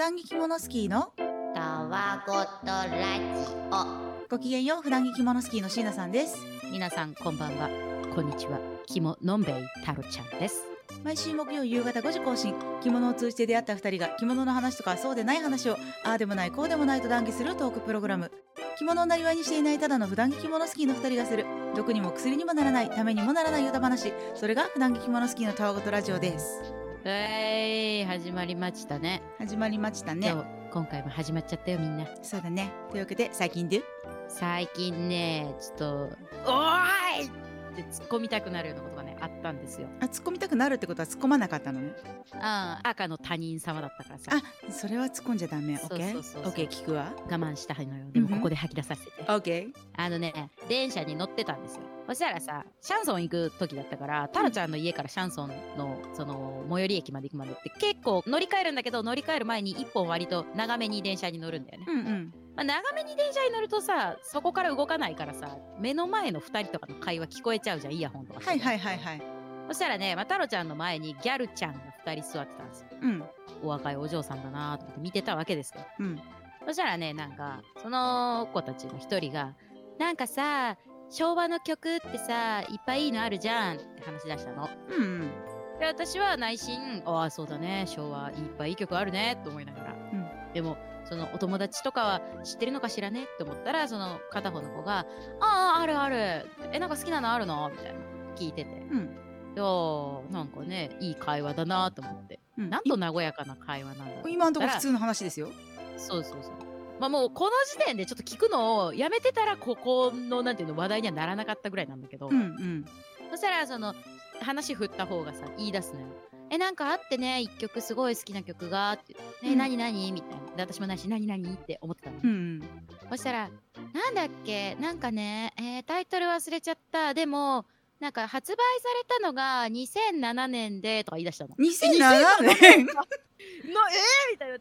段着着物スキーのたわごとラジごきげんよう。普段着着物スキーの椎名さんです。 オ。皆さんこんばんは、こんにちは。きものんべいたろちゃんです。 毎週木曜夕方5時更新。着物を通じて出会った2人が着物の話とかそうでない話をああでもないこうでもないと談義するトークプログラム。着物をなりわいにしていないただの普段着着物スキーの2人がする毒にも薬にもならないためにもならない歌話、それが普段着着物スキーのたわごとラジオです。 始まりましたね。 始まりましたね。 今回も始まっちゃったよみんな。 そうだね。というわけで最近ねちょっとおーいって突っ込みたくなるようなことがねあったんですよ。 突っ込みたくなるってことは突っ込まなかったのね。 赤の他人様だったからさ。 それは突っ込んじゃダメ。オッケーオッケー、聞くわ。 我慢したのよ。でもここで吐き出させて、 オッケー。電車に乗ってたんですよ。そしたらさ、シャンソン行く時だったから、タロちゃんの家からシャンソンのその最寄り駅まで行くまでって結構乗り換えるんだけど、乗り換える前に一本割と長めに電車に乗るんだよね。長めに電車に乗るとさ、そこから動かないからさ、目の前の2人とかの会話聞こえちゃうじゃん、イヤホンとかして。そしたらね、タロちゃんの前にギャルちゃんが2人座ってたんですよ。お若いお嬢さんだなと思って見てたわけですよ。そしたらね、なんかその子たちの1人がなんかさ、昭和の曲ってさいっぱいいいのあるじゃんって話し出したの。で私は内心、ああそうだね、昭和いっぱいいい曲あるねと思いながら、でもそのお友達とかは知ってるのかしらねって思ったら、その片方の子があるある、なんか好きなのあるのみたいな聞いてて、なんかねいい会話だなと思って、なんと和やかな会話なんだろう。 今のところ普通の話ですよ。 そうもうこの時点でちょっと聞くのをやめてたら、ここのなんていうの話題にはならなかったぐらいなんだけど、そしたらその話振った方がさ言い出すのよ。なんかあってね、一曲すごい好きな曲がって何みたいな。で私も何って思ってたの。そしたらなんだっけ、なんかね、タイトル忘れちゃった。でもなんか発売されたのが2007年でとか言い出したの。 2007年みたいなって、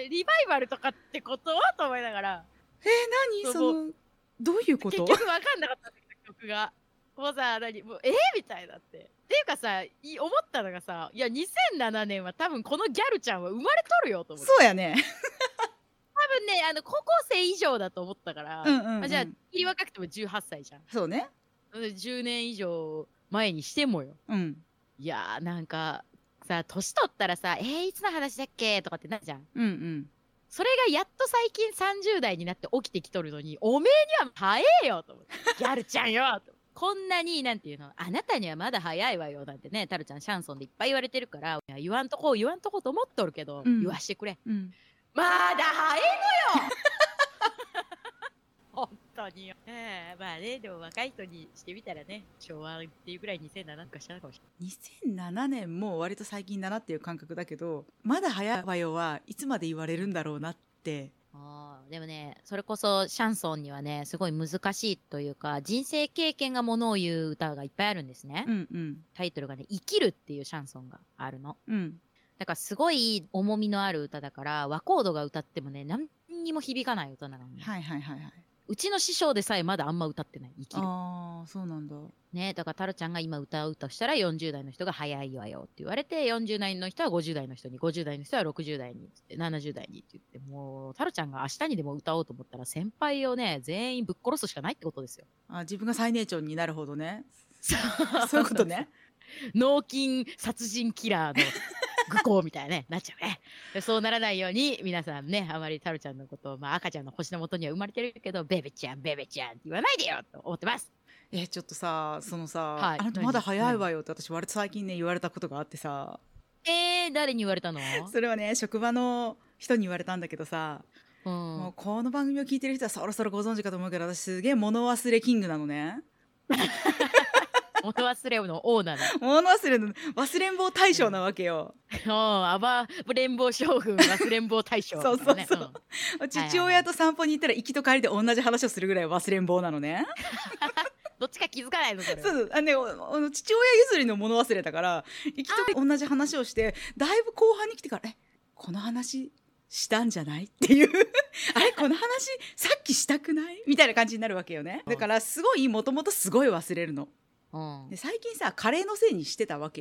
リバイバルとかってことと思いながら、 何そのどういうこと。 結局分かんなかったんだけど、曲がもうさ、もうみたいなっていうかさ、思ったのがさ、いや2007年は多分このギャルちゃんは生まれとるよと思って。 そうやね。 多分ね、高校生以上だと思ったから、じゃあ切り若くても18歳じゃん。 そうね。 10年以上前にしてもよ。いやーなんかさ、年取ったらさ、いつの話だっけとかってなるじゃん。それがやっと最近30代になって起きてきとるのに、おめえには早えよと思って。ギャルちゃんよと。こんなになんていうの、あなたにはまだ早いわよなんてね、タルちゃんシャンソンでいっぱい言われてるから、いや言わんとこうと思っとるけど、言わしてくれ。まだ早いのよ本当によ。まあね、でも若い人にしてみたらね、昭和っていうぐらい2007年かしらかもしれない。2007年も割と最近だなっていう感覚だけど、まだ早いわよはいつまで言われるんだろうなって。 でもね、それこそシャンソンにはね、すごい難しいというか、人生経験がものを言う歌がいっぱいあるんですね。タイトルがね、生きるっていうシャンソンがあるの。だからすごい重みのある歌だから、和コードが歌ってもね、何にも響かない歌なのね。うちの師匠でさえまだあんま歌ってない。生きる。 そうなんだね。だからタロちゃんが今歌うとしたら40代の人が早いわよって言われて、40代の人は50代の人に、50代の人は60代にって70代にって言って、もうタロちゃんが明日にでも歌おうと思ったら先輩をね全員ぶっ殺すしかないってことですよ。 自分が最年長になるほどね。そういうことね。 脳筋殺人キラーの愚行みたいなねなっちゃうね。そうならないように皆さんね、あまりタロちゃんのことを、赤ちゃんの星の元には生まれてるけど、ベベちゃんって言わないでよと思ってます。 ちょっとさ、そのさ、あなたまだ早いわよって私割と最近ね言われたことがあってさ。 誰に言われたの？ それはね、職場の人に言われたんだけどさ、もうこの番組を聞いてる人はそろそろご存知かと思うけど、私すげえ物忘れキングなのね。 物忘れの王なの。 物忘れの忘れん坊大将なわけよ。 暴れん坊将軍忘れん坊大将、ね。そう父親と散歩に行ったら行きと帰りで同じ話をするぐらい忘れん坊なのね。 どっちか気づかないのそれ。 そう父親譲りの物忘れだから、行きと同じ話をして、だいぶ後半に来てからこの話したんじゃないっていうあれこの話さっきしたくないみたいな感じになるわけよね。だからすごいもともとすごい忘れるの。で最近さカレーのせいにしてたわけよ。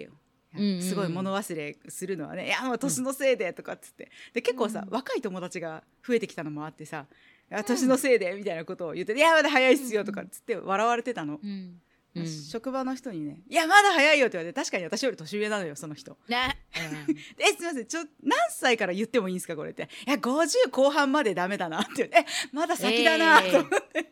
すごい物忘れするのはね、いやもう年のせいでとかっつって、で結構さ、若い友達が増えてきたのもあってさ、年のせいでみたいなことを言って、いやまだ早いっすよとかっつって笑われてたの、職場の人にね、いやまだ早いよって言われて、確かに私より年上なのよその人、ねすいません何歳から言ってもいいんですかこれって、いや50後半までダメだなって言って、まだ先だなと思って、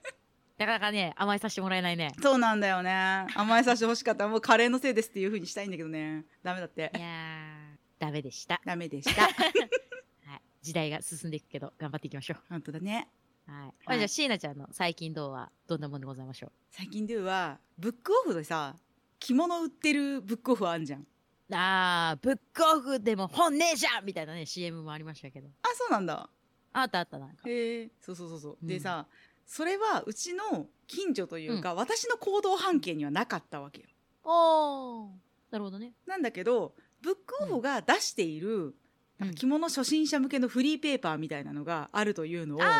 なかなかね甘えさせてもらえないね。 そうなんだよね、甘えさせてほしかった、もうカレーのせいですっていう風にしたいんだけどね、ダメだって。 いやダメでした。 ダメでした、はい、 時代が進んでいくけど頑張っていきましょう。 本当だね。 はい、じゃあ椎名ちゃんの最近どうはどんなもんでございましょう。 最近どうはブックオフでさ、着物売ってるブックオフあんじゃん。 ブックオフでも本ねえじゃんみたいなね CM もありましたけど。 そうなんだ。 あったなんか。 へえ、そう、でさ、それはうちの近所というか、私の行動半径にはなかったわけよ。 なるほどね。 なんだけどブックオフが出している、着物初心者向けのフリーペーパーみたいなのがあるというのを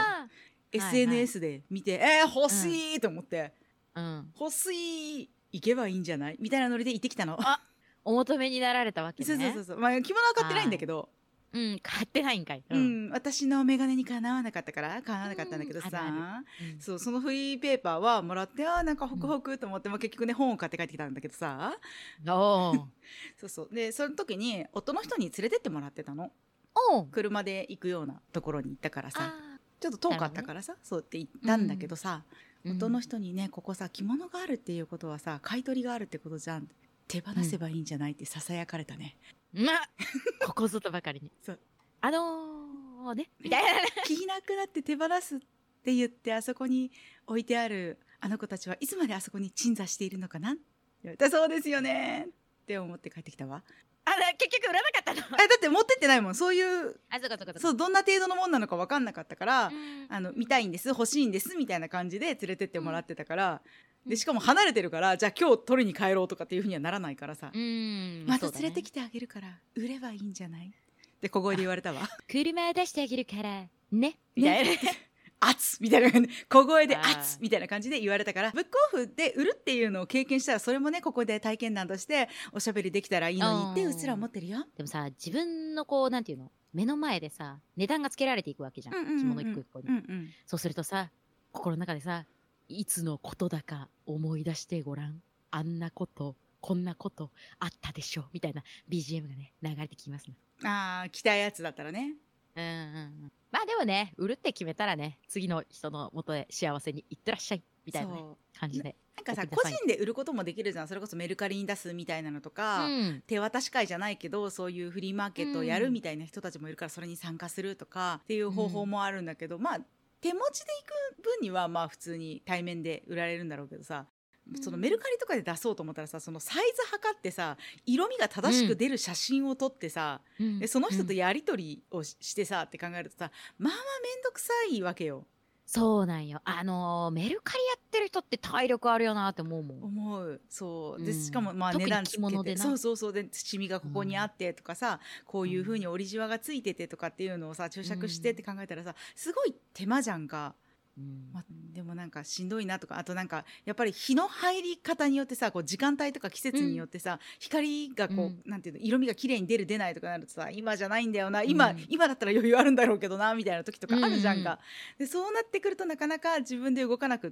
SNS で見て、欲しいと思って、欲しい、行けばいいんじゃないみたいなノリで行ってきたの。 お求めになられたわけね。 そう、まあ着物は買ってないんだけど、 買ってないんかい。 私の眼鏡にかなわなかったから買わなかったんだけどさ、そのフリーペーパーはもらって、なんかホクホクと思って、結局ね本を買って帰ってきたんだけどさ、そうでその時に夫の人に連れてってもらってたの。車で行くようなところに行ったからさ、ちょっと遠かったからさ、そうって言ったんだけどさ、夫の人にね、ここさ着物があるっていうことはさ買い取りがあるってことじゃん、手放せばいいんじゃないってささやかれたね。 ここぞとばかりに。 そうねみたいな。 着なくなって手放すって言ってあそこに置いてあるあの子たちはいつまであそこに鎮座しているのかなって言われた。そうですよねって思って帰ってきたわ。 結局売らなかったの？ だって持ってってないもん、そういう。そう、どんな程度のもんなのか分かんなかったから、見たいんです、欲しいんですみたいな感じで連れてってもらってたから、でしかも離れてるから、じゃあ今日取りに帰ろうとかっていうふうにはならないからさ、また連れてきてあげるから売ればいいんじゃないって小声で言われたわ。 車出してあげるからねみたいな。 熱みたいな感じ、小声で熱みたいな感じで言われたから、ブックオフで売るっていうのを経験したら、それもねここで体験談としておしゃべりできたらいいのにってうっすら思ってるよ。 でもさ、自分のこうなんていうの、目の前でさ値段がつけられていくわけじゃん、着物一個一個に。そうするとさ、心の中でさ、いつのことだか思い出してごらん、あんなことこんなことあったでしょみたいな BGM がね流れてきますね。 着たいやつだったらね。 まあでもね、売るって決めたらね、次の人の元へ幸せに行ってらっしゃいみたいな、感じで。 なんかさ、個人で売ることもできるじゃん。それこそメルカリに出すみたいなのとか、手渡し会じゃないけどそういうフリーマーケットをやるみたいな人たちもいるから、それに参加するとかっていう方法もあるんだけど、まあ手持ちで行く分にはまあ普通に対面で売られるんだろうけどさ、そのメルカリとかで出そうと思ったらさ、そのサイズ測ってさ、色味が正しく出る写真を撮ってさ、でその人とやり取りをしてさって考えるとさ、まあまあめんどくさいわけよ。 そうなんよ。メルカリやってる人って体力あるよなって思うもん。 思う。そうで、しかもまあ値段つけて、そうでシミがここにあってとかさ、こういう風に折りじわがついててとかっていうのをさ注釈してって考えたらさ、すごい手間じゃんか。でもなんかしんどいなとか、あとなんかやっぱり日の入り方によってさ、こう時間帯とか季節によってさ、光がこう、なんていうの、色味が綺麗に出る出ないとかなるとさ、今じゃないんだよな、今だったら余裕あるんだろうけどなみたいな時とかあるじゃんか。でそうなってくるとなかなか自分で動かなくって、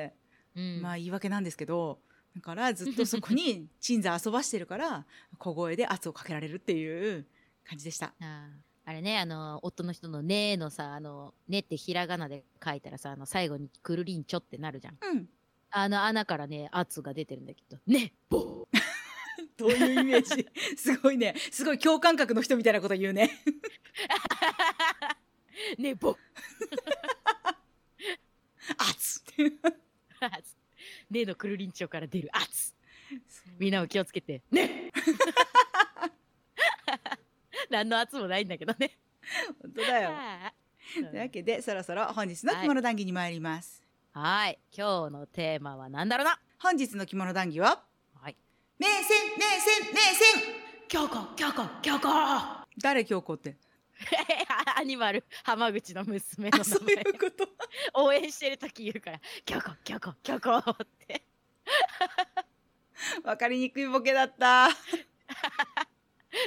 まあ言い訳なんですけど、だからずっとそこに鎮座遊ばしてるから小声で圧をかけられるっていう感じでした。 あれね、夫の人のねのさ、ねってひらがなで書いたらさ、最後にくるりんちょってなるじゃん。穴からね、圧が出てるんだけど、ねボッどういうイメージ？すごいね、すごい共感覚の人みたいなこと言うね。 ねボッ圧ねのくるりんちょから出る圧。みんなも気をつけてね。何の圧もないんだけどね。 本当だよ。というわけでそろそろ本日の着物談義に参ります。 はい、今日のテーマは何だろうな。 本日の着物談義は、名船京子誰京子って？ アニマル浜口の娘の名前。 そういうこと。 応援してる時言うから京子って。 わかりにくいボケだった。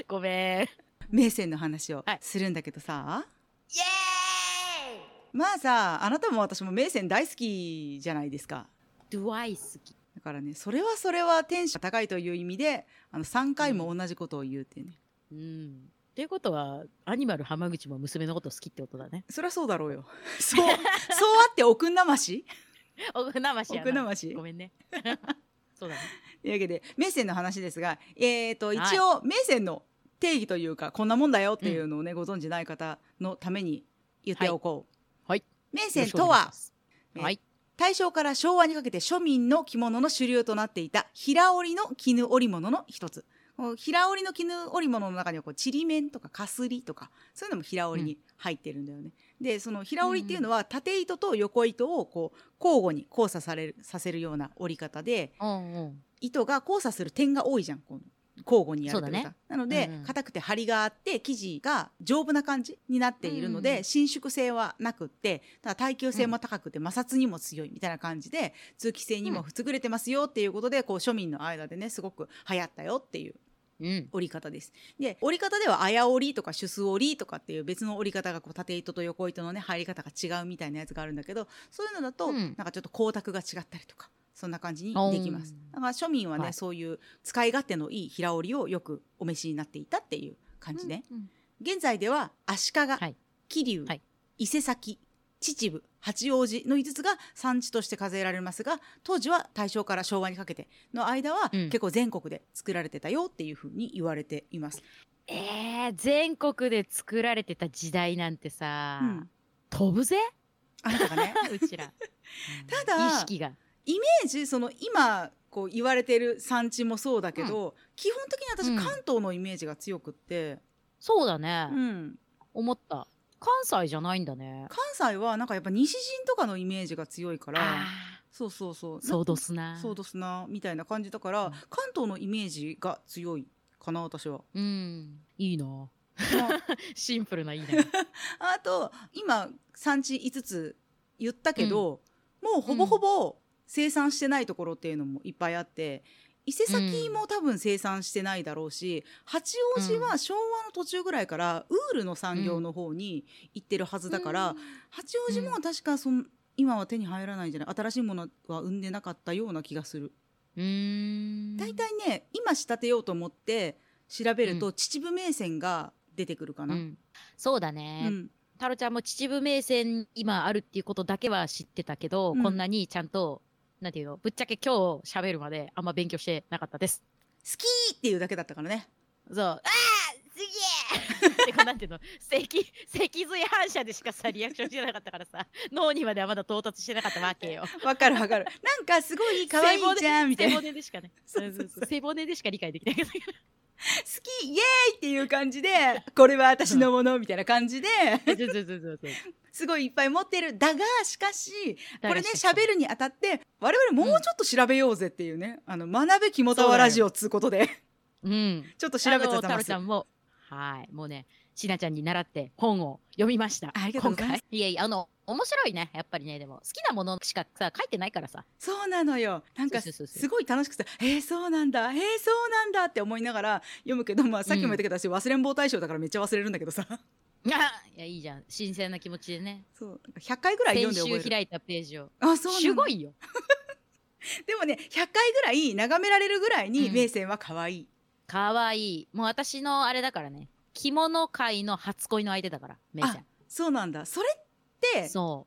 ごめん。 メイセンの話をはいするんだけどさ、 イエーイ。 まあさ、あなたも私もメイセン大好きじゃないですか。 ドゥワイ好き。 だからね、それはテンション高いという意味で3回も同じことを言うっていうね、 っていうことはアニマル浜口も娘のこと好きってことだね。 そりゃそうだろうよ。そうあっておくんなまし奥なましやな。 奥なましごめんね。そうだね。 というわけでメイセンの話ですが、一応メイセンの定義というかこんなもんだよっていうのをね、ご存じない方のために言っておこう。 はい。 メイセンとは、 はい。 大正から昭和にかけて庶民の着物の主流となっていた平織りの絹織物の一つ。平織りの絹織物の中にはちりめんとかかすりとかそういうのも平織りに入ってるんだよね。でその平織りっていうのは縦糸と横糸を交互に交差させるような織り方で、糸が交差する点が多いじゃん、交互にやるというか。 ね、 なので硬くて張りがあって生地が丈夫な感じになっているので、伸縮性はなくってただ耐久性も高くて摩擦にも強いみたいな感じで通気性にも優れてますよっていうことで庶民の間でねすごく流行ったよっていう織り方です。で織り方では綾織りとか主須織りとかっていう別の織り方が縦糸と横糸のね入り方が違うみたいなやつがあるんだけど、そういうのだとなんかちょっと光沢が違ったりとかそんな感じにできます。だから庶民はね、はい、そういう使い勝手のいい平織りをよくお召しになっていたっていう感じね。現在では足利、桐生、伊勢崎、秩父、八王子の5つが産地として数えられますが、当時は大正から昭和にかけての間は結構全国で作られてたよっていうふうに言われています。 全国で作られてた時代なんてさ、飛ぶぜあなたがねうちらただ意識がイメージ今言われてる産地もそうだけど、基本的に私、関東のイメージが強くって。 そうだね、思った。関西じゃないんだね。 関西はなんかやっぱ西陣とかのイメージが強いから、そうどすなみたいな感じだから、関東のイメージが強いかな私は。 いいなシンプルないいなあと今産地5つ言ったけど、もうほぼほぼ生産してないところっていうのもいっぱいあって、伊勢崎も多分生産してないだろうし、八王子は昭和の途中ぐらいからウールの産業の方に行ってるはずだから、八王子も確か今は手に入らないんじゃない、新しいものは生んでなかったような気がする。だいたいね今仕立てようと思って調べると、秩父銘仙が出てくるかな。 そうだね、太郎ちゃんも秩父銘仙今あるっていうことだけは知ってたけど、こんなにちゃんとなんていうの、ぶっちゃけ今日喋るまであんま勉強してなかったです。 好きっていうだけだったからね。 そうすげえってなんていうの、脊髄反射でしかさリアクションしてなかったからさ、脳にまではまだ到達してなかったわけよ。 わかるなんかすごい可愛いじゃんみたいな。 背骨でしかね背骨でしか理解できない好きイエーイっていう感じでこれは私のものみたいな感じですごいいっぱい持ってる。だがしかしこれね喋るにあたって我々もうちょっと調べようぜっていうね、学べ肝沢ラジオっつうことでちょっと調べてたます。 太郎ちゃんももうねしなちゃんに習って本を読みました。 ありがとうございます。 面白いねやっぱりね。でも好きなものしかさ書いてないからさ。 そうなのよ。なんかすごい楽しくてそうなんだそうなんだって思いながら読むけど、さっきも言ったけど私忘れん坊大賞だからめっちゃ忘れるんだけどさいやいいじゃん、新鮮な気持ちでね。 そう100回ぐらい読んで覚える。 先週開いたページを。 そうすごいよでもね100回ぐらい眺められるぐらいに銘仙は可愛い。 可愛い。もう私のあれだからね、着物界の初恋の相手だから銘仙。 そうなんだ。それって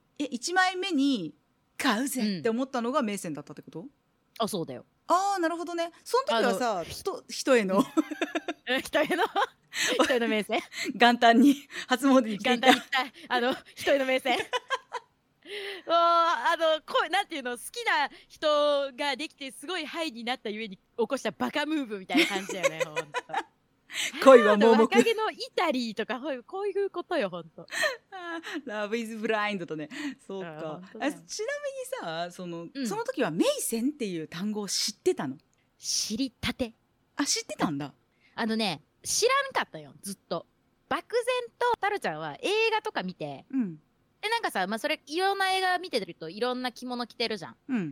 1枚目に買うぜって思ったのが銘仙だったってこと？ そうだよ。 なるほどね。その時はさ人への人への銘仙元旦に初詣に来ていた人への銘仙なんていうの、好きな人ができてすごいハイになったゆえに起こしたバカムーブみたいな感じだよねほんと恋は盲目。 若気のイタリーとかこういうことよほんと。 ラブイズブラインドとね。そうか。ちなみにさその時は銘仙っていう単語を知ってたの？ 知りたて。 知ってたんだ。 知らんかったよずっと。漠然と太郎ちゃんは映画とか見て、でなんかさ、それいろんな映画見てるといろんな着物着てるじゃん。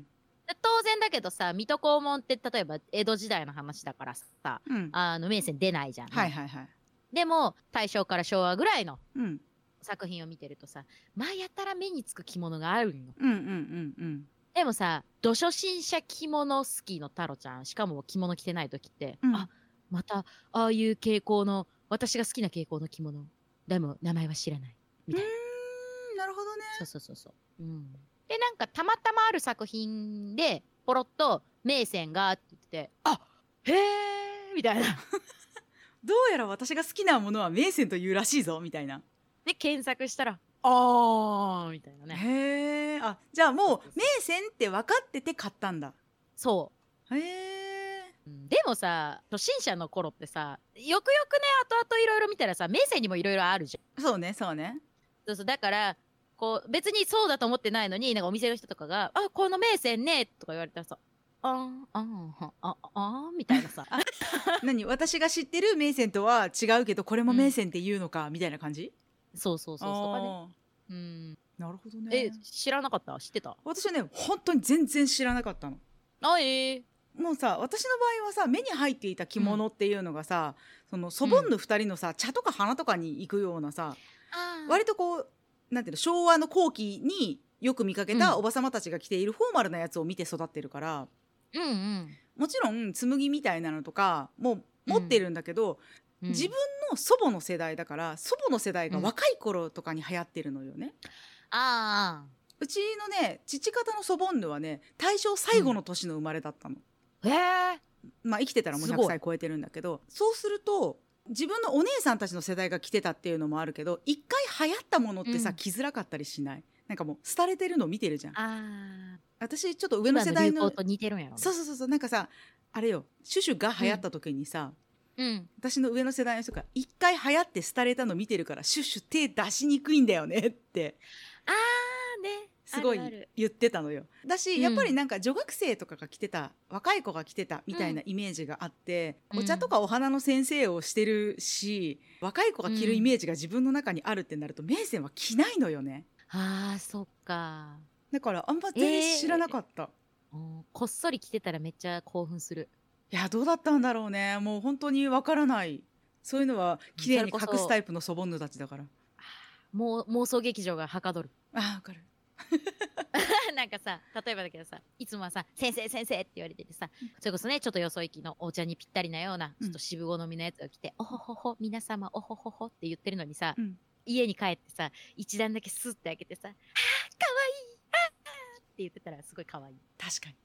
当然だけどさ、水戸黄門って例えば江戸時代の話だからさ、 うん。 名線出ないじゃん。 はいはいはい。 でも大正から昭和ぐらいのうん作品を見てるとさ、やたら目につく着物があるんよ。 うんうんうんうん。 でもさ、ど初心者着物好きの太郎ちゃん、しかも着物着てない時って、 うんあ、またああいう傾向の、私が好きな傾向の着物、でも名前は知らないみたいな。 なるほどね。 そうそうそうそう。で、なんかたまたまある作品で、ポロッと名線がって言ってて、あ、へーみたいな。 どうやら私が好きなものは名線というらしいぞみたいな。 で、検索したら、あーみたいなね。 へえ。あ、じゃあもう名線って分かってて買ったんだ。 そへえ。 う。でもさ、初心者の頃ってさ、よくよくね、後々いろいろ見たらさ、名線にもいろいろあるじゃん。 そうねそうね。 そうそう、だからこう別にそうだと思ってないのに、なんかお店の人とかが「あ、この名線ね」とか言われたらさ「あーあーあー」みたいなさ何、私が知ってる名線とは違うけどこれも名線って言うのか、みたいな感じ。 そうそうそうそうとかね。 あなるほどね。 知らなかった？知ってた？ 私はね本当に全然知らなかったの。もうさ、私の場合はさ、目に入っていた着物っていうのがさ、その祖母の2人のさ、茶とか花とかに行くようなさ、割とこうなんていうの、昭和の後期によく見かけたおばさまたちが着ているフォーマルなやつを見て育ってるから、もちろん紬みたいなのとかもう持ってるんだけど、自分の祖母の世代だから、祖母の世代が若い頃とかに流行ってるのよね。うちのね父方の祖母女はね大正最後の年の生まれだったの。まあ生きてたらもう100歳超えてるんだけど、そうすると自分のお姉さんたちの世代が着てたっていうのもあるけど、一回流行ったものってさ、着づらかったりしない？なんかもう廃れてるの見てるじゃん。私ちょっと上の世代のと似てるんやろ。 そうそうそうそう、なんかさあれよ、シュシュが流行った時にさ、私の上の世代の人が一回流行って廃れたの見てるからシュシュ手出しにくいんだよねってすごい言ってたのよ。だし、やっぱりなんか女学生とかが着てた、若い子が着てたみたいなイメージがあって、お茶とかお花の先生をしてるし、若い子が着るイメージが自分の中にあるってなると、名線は着ないのよね。 そっか。 だからあんま全然知らなかった。 こっそり着てたらめっちゃ興奮する。 いや、どうだったんだろうね。もう本当にわからない。そういうのは綺麗に隠すタイプの祖母女たちだから。 もう妄想劇場がはかどる。 わかる。 なんかさ、例えばだけどさ、いつもはさ、先生先生って言われててさ、それこそね、ちょっとよそ行きのお茶にぴったりなような、ちょっと渋好みのやつを着て、おほほほ、皆様、おほほほって言ってるのにさ、家に帰ってさ、一段だけスッて開けてさ、かわいいって言ってたらすごいかわいい。 確かに。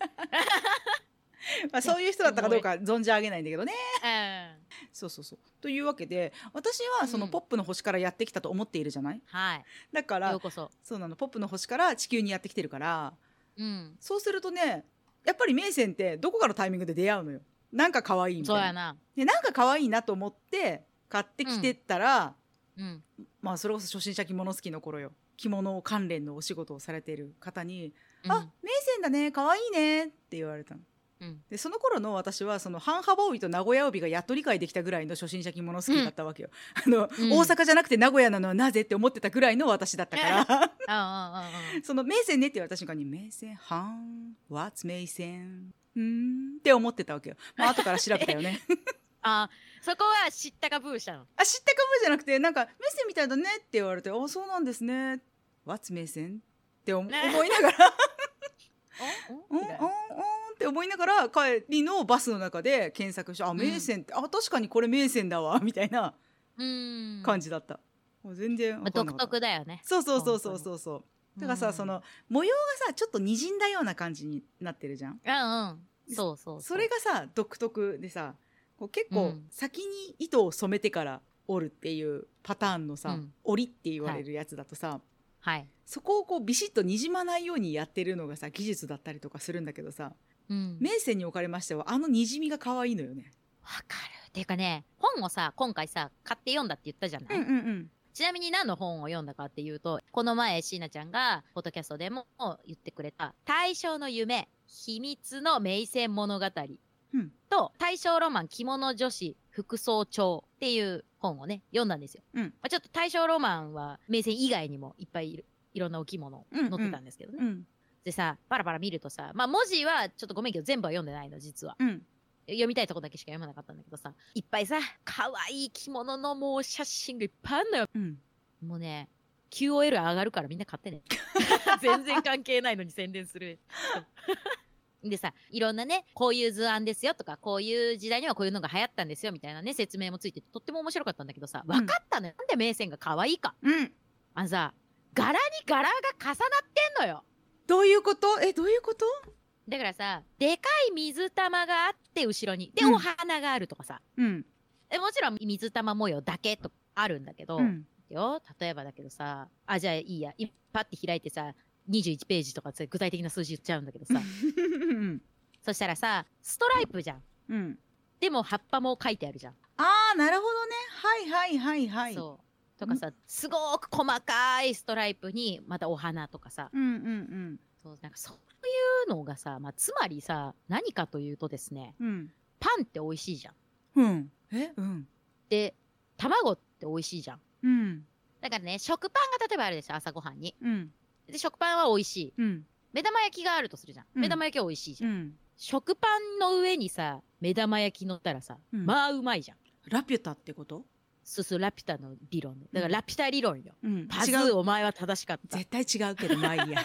まあそういう人だったかどうか存じ上げないんだけどね。そうそうそう。というわけで、私はそのポップの星からやってきたと思っているじゃない？だからようこそ。 そうなの、ポップの星から地球にやってきてるから、そうするとね、やっぱり名線ってどこかのタイミングで出会うのよ。なんか可愛いみたいな。 そうやな。 で、なんか可愛いなと思って買ってきてたら、まあそれこそ初心者着物好きの頃よ。着物関連のお仕事をされている方に、あ、名線だね、可愛いねって言われたの。でその頃の私はその半幅帯と名古屋帯がやっと理解できたぐらいの初心者着物好きだったわけよ。大阪じゃなくて名古屋なのはなぜって思ってたぐらいの私だったからその名線ねって言われた瞬間に、名線はん What's 名線って思ってたわけよ。まあ後から調べたよね。 そこは知ったかブーしたの？ 知ったかブーじゃなくて、なんか名線みたいだねって言われて、そうなんですね What's 名線って思いながらって思いながら帰りのバスの中で検索して、名線って、確かにこれ名線だわみたいな感じだった。全然分かんなかった。 独特だよね。 そうそうそうそうそうそう。だからさ、その模様がさちょっとにじんだような感じになってるじゃん。 そうそう。 それがさ独特でさ、こう結構先に糸を染めてから織るっていうパターンのさ、織りって言われるやつだとさ、そこをこうビシッとにじまないようにやってるのがさ技術だったりとかするんだけどさ、名線におかれましてはにじみが可愛いのよね。 わかる。っていうかね、本をさ今回さ買って読んだって言ったじゃない。ちなみに何の本を読んだかっていうと、この前椎名ちゃんがポッドキャストでも言ってくれた大正の夢秘密の名線物語と大正ロマン着物女子服装帳っていう本をね読んだんですよ。ちょっと大正ロマンは名線以外にもいっぱいいろんなお着物載ってたんですけどね。 でさパラパラ見るとさ、まあ文字はちょっとごめんけど全部は読んでないの実は。 うん読みたいとこだけしか読まなかったんだけどさ、いっぱいさ可愛い着物のもう写真がいっぱいあんのよ。 うんもうね QOL 上がるからみんな買ってね。全然関係ないのに宣伝する。でさ、いろんなね、こういう図案ですよとか、こういう時代にはこういうのが流行ったんですよみたいなね、説明もついててとっても面白かったんだけどさ、分かったのよ。なんで名線が可愛いか。 うんあのさ、柄に柄が重なってんのよ。 どういうこと？どういうこと？ だからさ、でかい水玉があって後ろに、で、 うんお花があるとかさ、 うんもちろん水玉模様だけとかあるんだけど、 うんよ、例えばだけどさ、じゃあいいや、パッて開いてさ、21ページとかさ具体的な数字言っちゃうんだけどさ、そしたらさ、ストライプじゃん。 うんでも葉っぱも書いてあるじゃん。 あーなるほどね。はいはいはいはい。 そうとかさ、すごく細かいストライプにまたお花とかさ、 うんうんそうなんかそういうのがさ、まあ、つまりさ何かというとですね、 うんパンって美味しいじゃん。 うんうんで卵って美味しいじゃん。 うんだからね、食パンが例えばあるでしょ、朝ごはんに。 うんで食パンは美味しい。 うん目玉焼きがあるとするじゃん。 うん目玉焼きは美味しいじゃん。 うん食パンの上にさ目玉焼き乗ったらさ、 うんまあうまいじゃん。 ラピュタってこと？ ラピュタの理論で。だからラピュタ理論よ。 うんパズ違う。 ーお前は正しかった。 絶対違うけどまあいいや。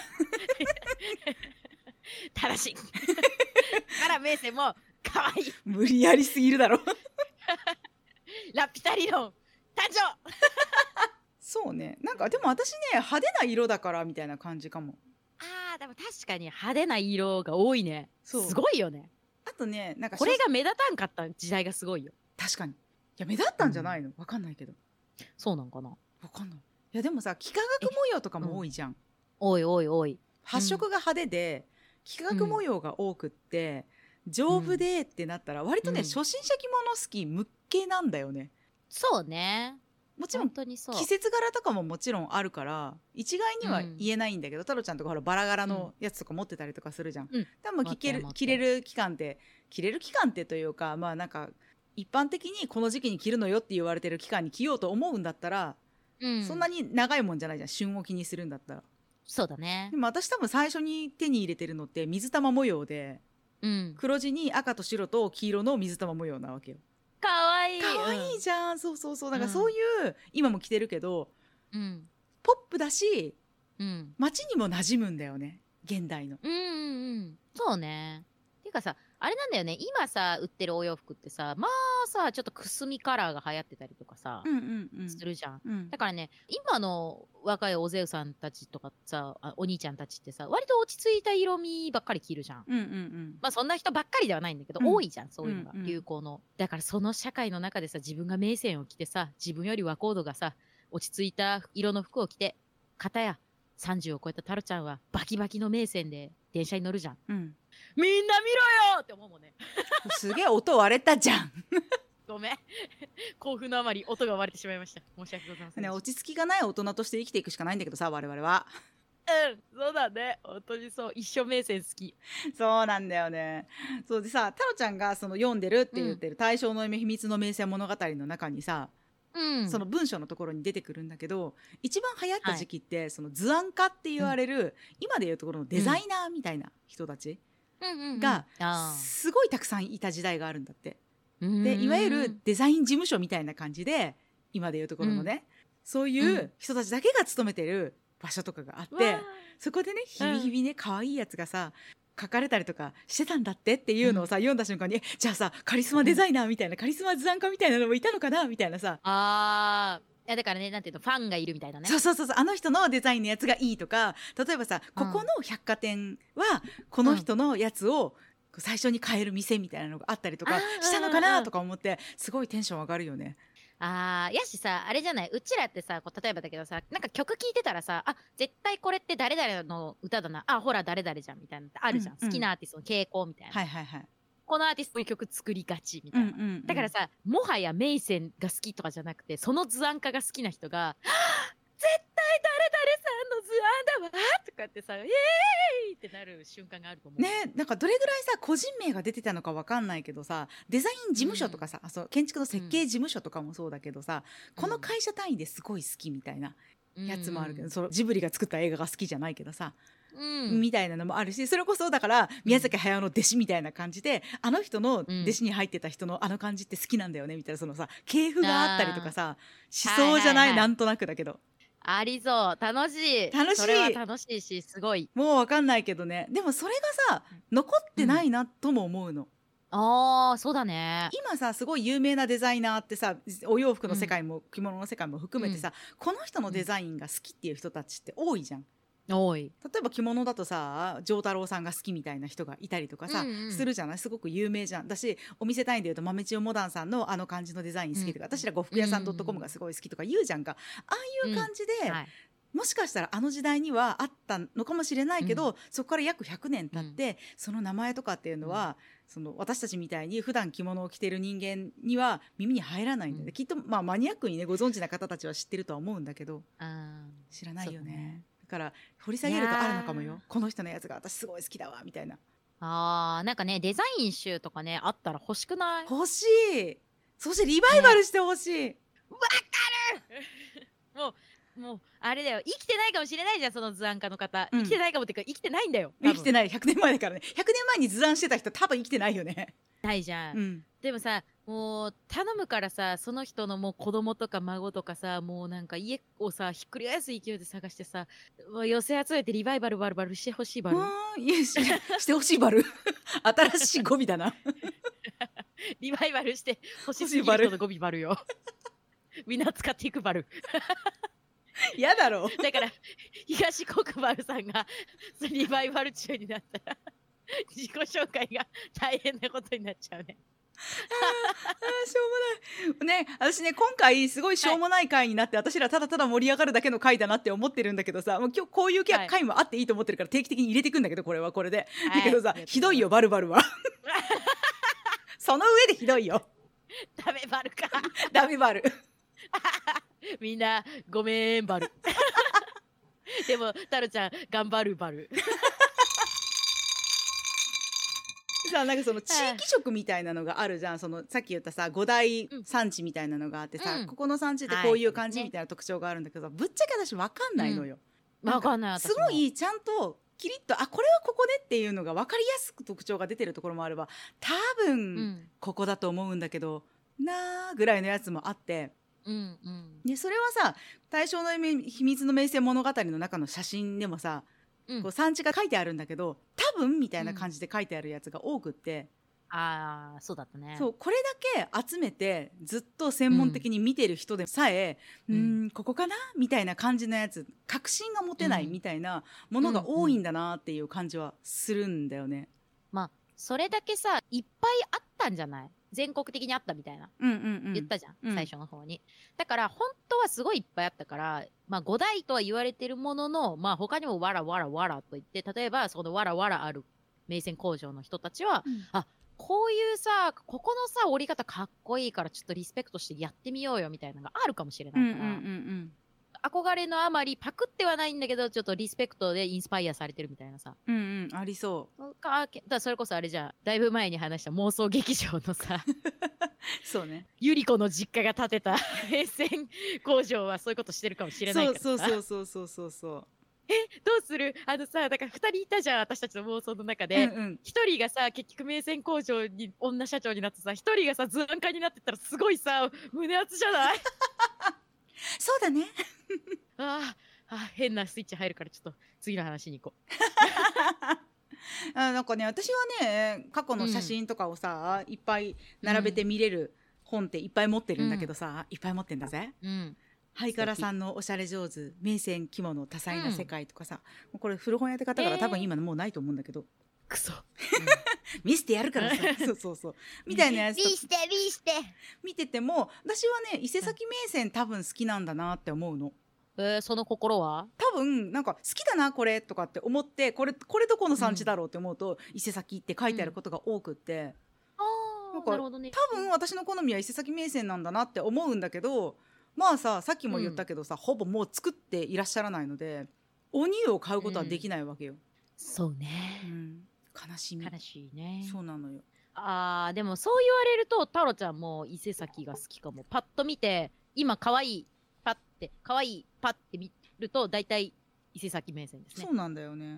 正しい。からメイセンも可愛い。 無理やりすぎるだろ。 ラピュタ理論誕生。 そうね。なんかでも私ね派手な色だからみたいな感じかも。 でも確かに派手な色が多いね。 そうすごいよね。 あとねなんかこれが目立たんかった時代がすごいよ。 確かに。いや目立ったんじゃないの？わかんないけど。 そうなんかな。 わかんない。いやでもさ幾何学模様とかも多いじゃん。 多い多い多い。 発色が派手で幾何学模様が多くって丈夫でってなったら割とね、初心者着物好き向けなんだよね。 そうね。 もちろん本当にそう。 季節柄とかももちろんあるから一概には言えないんだけど、太郎ちゃんとかほらバラ柄のやつとか持ってたりとかするじゃん。でも着れる期間ってというかまあなんか一般的にこの時期に着るのよって言われてる期間に着ようと思うんだったら、そんなに長いもんじゃないじゃん、旬を気にするんだったら。 そうだね。 でも私多分最初に手に入れてるのって水玉模様で、黒地に赤と白と黄色の水玉模様なわけよ。 かわいい。 かわいいじゃん、そうそうそう。だからそういう、今も着てるけど、ポップだし、街にも馴染むんだよね、現代の。 そうね。っていうかさ、あれなんだよね、今さ売ってるお洋服ってさ、まあさちょっとくすみカラーが流行ってたりとかさ、するじゃん。だからね、今の若いおぜうさんたちとかさ、お兄ちゃんたちってさ割と落ち着いた色味ばっかり着るじゃん。まあそんな人ばっかりではないんだけど、多いじゃん、そういうのが、流行の。だからその社会の中でさ、自分が名線を着てさ、自分よりワコードがさ落ち着いた色の服を着て、片や30を超えたタロちゃんはバキバキの名線で電車に乗るじゃん。みんな見ろよって思うもんね。 すげえ音割れたじゃん。 ごめん。興奮のあまり音が割れてしまいました。申し訳ございません。 ね、落ち着きがない大人として生きていくしかないんだけどさ、我々は。 そうだね。本当にそう。一生名線好き。 そうなんだよね。そうでさ、タロちゃんがその読んでるって言ってる大正の秘密の名線物語の中にさ、その文章のところに出てくるんだけど、一番流行った時期って、その図案家って言われる、今でいうところのデザイナーみたいな人たちがすごいたくさんいた時代があるんだって。でいわゆるデザイン事務所みたいな感じで、今でいうところのね、そういう人たちだけが勤めてる場所とかがあって、そこでね日々日々ね可愛いやつがさ書かれたりとかしてたんだってっていうのをさ、読んだ瞬間にじゃあさカリスマデザイナーみたいな、カリスマ図案家みたいなのもいたのかなみたいなさ。 いやだからね、なんていうの、ファンがいるみたいなね。 そうあの人のデザインのやつがいいとか、例えばさ、ここの百貨店はこの人のやつを最初に買える店みたいなのがあったりとかしたのかなとか思って、すごいテンション上がるよね。 やしさ、あれじゃない、うちらってさ、例えばだけどさ、なんか曲聴いてたらさ、絶対これって誰々の歌だな、ほら誰々じゃんみたいなのってあるじゃん、好きなアーティストの傾向みたいな。このアーティストこういう曲作りがちみたいな。だからさ、もはやメイセンが好きとかじゃなくて、その図案家が好きな人が、絶対誰々さんの図案だわとかってさ、イエーイってなる瞬間があると思う。 ね、なんかどれぐらいさ個人名が出てたのかわかんないけどさ、デザイン事務所とかさ、そう建築の設計事務所とかもそうだけどさ、この会社単位ですごい好きみたいなやつもあるけど、そのジブリが作った映画が好きじゃないけどさ、 みたいなのもあるし、それこそだから宮崎駿の弟子みたいな感じで、あの人の弟子に入ってた人のあの感じって好きなんだよねみたいな、そのさ系譜があったりとかさしそうじゃない、なんとなくだけど。 ありそう。楽しい。それは楽しいし、すごい。 もうわかんないけどね。でもそれがさ残ってないなとも思うの。 ああ、そうだね。 今さすごい有名なデザイナーってさ、お洋服の世界も着物の世界も含めてさ、この人のデザインが好きっていう人たちって多いじゃん。多い。例えば着物だとさ丈太郎さんが好きみたいな人がいたりとかさ、するじゃない。すごく有名じゃん。だしお店単位でいうと豆千代モダンさんのあの感じのデザイン好きとか、私ら呉服屋さん .com がすごい好きとか言うじゃんか。ああいう感じで、もしかしたらあの時代にはあったのかもしれないけど、そこから約100年経って、その名前とかっていうのは、その私たちみたいに普段着物を着てる人間には耳に入らないんだよね。きっとまあマニアックにねご存知な方たちは知ってるとは思うんだけど、知らないよね。だから掘り下げるとあるのかもよ。この人のやつが私すごい好きだわみたいな。 なんかねデザイン集とかねあったら欲しくない？ 欲しい。そしてリバイバルしてほしい。 わかるもうあれだよ、生きてないかもしれないじゃん、その図案家の方。生きてないかもっていうか生きてないんだよ。 生きてない。100年前だからね。100年前に図案してた人多分生きてないよね。 ないじゃん。でもさ、もう頼むからさ、その人のもう子供とか孫とかさ、もうなんか家をさひっくり返す勢いで探してさ、寄せ集めてリバイバルバルバルしてほしいバル。 してほしいバル。新しい語尾だな。 リバイバルしてほしいバルの語尾バルよ。みんな使っていくバル。 嫌だろう。だから東国原さんがリバイバル中になったら自己紹介が大変なことになっちゃうね。 しょうもないね。私ね今回すごいしょうもない回になって、私らただただ盛り上がるだけの回だなって思ってるんだけどさ、もう今日こういう回もあっていいと思ってるから定期的に入れていくんだけど、これはこれで、だけどさひどいよバルバルは。その上でひどいよ。 ダメバルか。 ダメバル。 みんなごめんバル。でもタルちゃん頑張るバル。 さあなんかその地域色みたいなのがあるじゃん。そのさっき言ったさ5大産地みたいなのがあってさ、ここの産地ってこういう感じみたいな特徴があるんだけど、ぶっちゃけ私分かんないのよ。 分かんない。 すごいちゃんとキリッとこれはここねっていうのが分かりやすく特徴が出てるところもあれば、多分ここだと思うんだけどなーぐらいのやつもあって。でそれはさ大正の秘密の名船物語の中の写真でもさ、こう産地が書いてあるんだけど多分みたいな感じで書いてあるやつが多くって、 そうだったね。 そうこれだけ集めてずっと専門的に見てる人でさえ、ここかなみたいな感じのやつ、確信が持てないみたいなものが多いんだなっていう感じはするんだよね。 まあそれだけさいっぱいあったんじゃない？全国的にあったみたいな、言ったじゃん、最初の方に。だから本当はすごいいっぱいあったから、まあ5大とは言われてるものの、まあ他にもわらわらわらと言って、例えばそのわらわらある銘仙工場の人たちは、こういうさここのさ折り方かっこいいからちょっとリスペクトしてやってみようよみたいなのがあるかもしれないから、憧れのあまりパクってはないんだけどちょっとリスペクトでインスパイアされてるみたいなさ、 ありそう。 だそれこそあれじゃん、だいぶ前に話した妄想劇場のさそうね、 ゆり子の実家が建てた沿線工場はそういうことしてるかもしれないからさ。 そうどうするさ、だから2人いたじゃん私たちの妄想の中で、1人がさ結局銘仙工場に女社長になってさ、1人がさ図案家になってったらすごいさ胸熱じゃない？ そうだね。 変なスイッチ入るからちょっと次の話に行こう。なんかね私はね過去の写真とかをさ、いっぱい並べて見れる本っていっぱい持ってるんだけどさ、いっぱい持ってんだぜ。ハイカラさんのおしゃれ上手銘仙着物多彩な世界とかさ、これ古本屋で買ったから多分今のもうないと思うんだけど、 クソ見せてやるからさそうみたいなやつ見して見てても、私はね伊勢崎銘仙多分好きなんだなって思うの。 その心は多分なんか好きだなこれとかって思って、これどこの産地だろうって思うと、伊勢崎って書いてあることが多くって、 なるほどね。 多分私の好みは伊勢崎銘仙なんだなって思うんだけど、まあさっきも言ったけどさ、ほぼもう作っていらっしゃらないのでお乳を買うことはできないわけよ。 そうね、 悲しいね。 そうなのよ。 でもそう言われると太郎ちゃんも伊勢崎が好きかも。パッと見て今可愛いパッて見ると大体伊勢崎銘仙ですね。 そうなんだよね。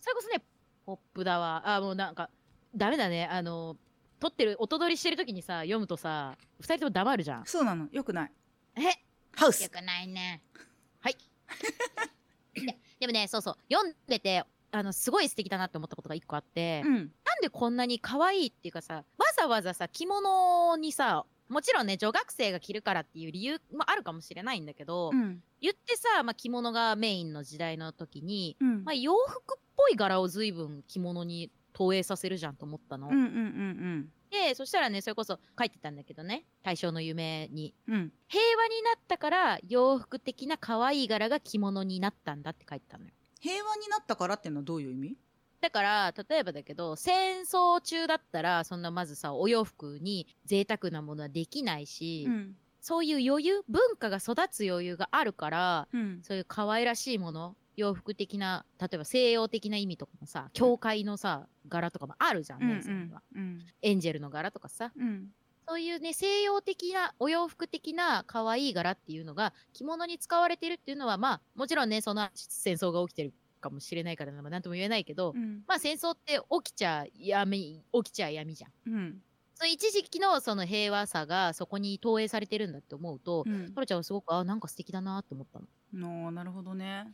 それこそね、ポップだわ。もうなんか、ダメだね。撮ってる、音取りしてる時にさ、読むとさ、二人とも黙るじゃん。 そうなの、よくない。 えハウス。 よくないね。はい。でもね、そうそう。読んでて、すごい素敵だなって思ったことが一個あって、 うん。 なんでこんなに可愛いっていうかさ、わざわざさ、着物にさ、もちろんね、女学生が着るからっていう理由もあるかもしれないんだけど、 うん。 言ってさ、着物がメインの時代の時に、 うん。 洋服っぽい柄を随分着物に投影させるじゃんと思ったの。 うんうんうんで、そしたらね、それこそ書いてたんだけどね、大正の夢に。 うん。うん。 平和になったから洋服的な可愛い柄が着物になったんだって書いてたのよ。 平和になったからっていうのはどういう意味？ だから例えばだけど、戦争中だったらそんなまずさ、お洋服に贅沢なものはできないし、 うんそういう余裕、文化が育つ余裕があるから、 うんそういう可愛らしいもの、洋服的な、例えば西洋的な意味とかもさ、教会のさ柄とかもあるじゃん、 うんメイさんには。 うんエンジェルの柄とかさ、 うんそういうね、西洋的な、お洋服的な可愛い柄っていうのが着物に使われてるっていうのは、もちろんね、その戦争が起きてるかもしれないから、なんとも言えないけど、 うん戦争って起きちゃ闇じゃん。 うんそういう一時期のその平和さがそこに投影されてるんだって思うと、 うんトラちゃんはすごく、なんか素敵だなって思ったの。 なるほどね。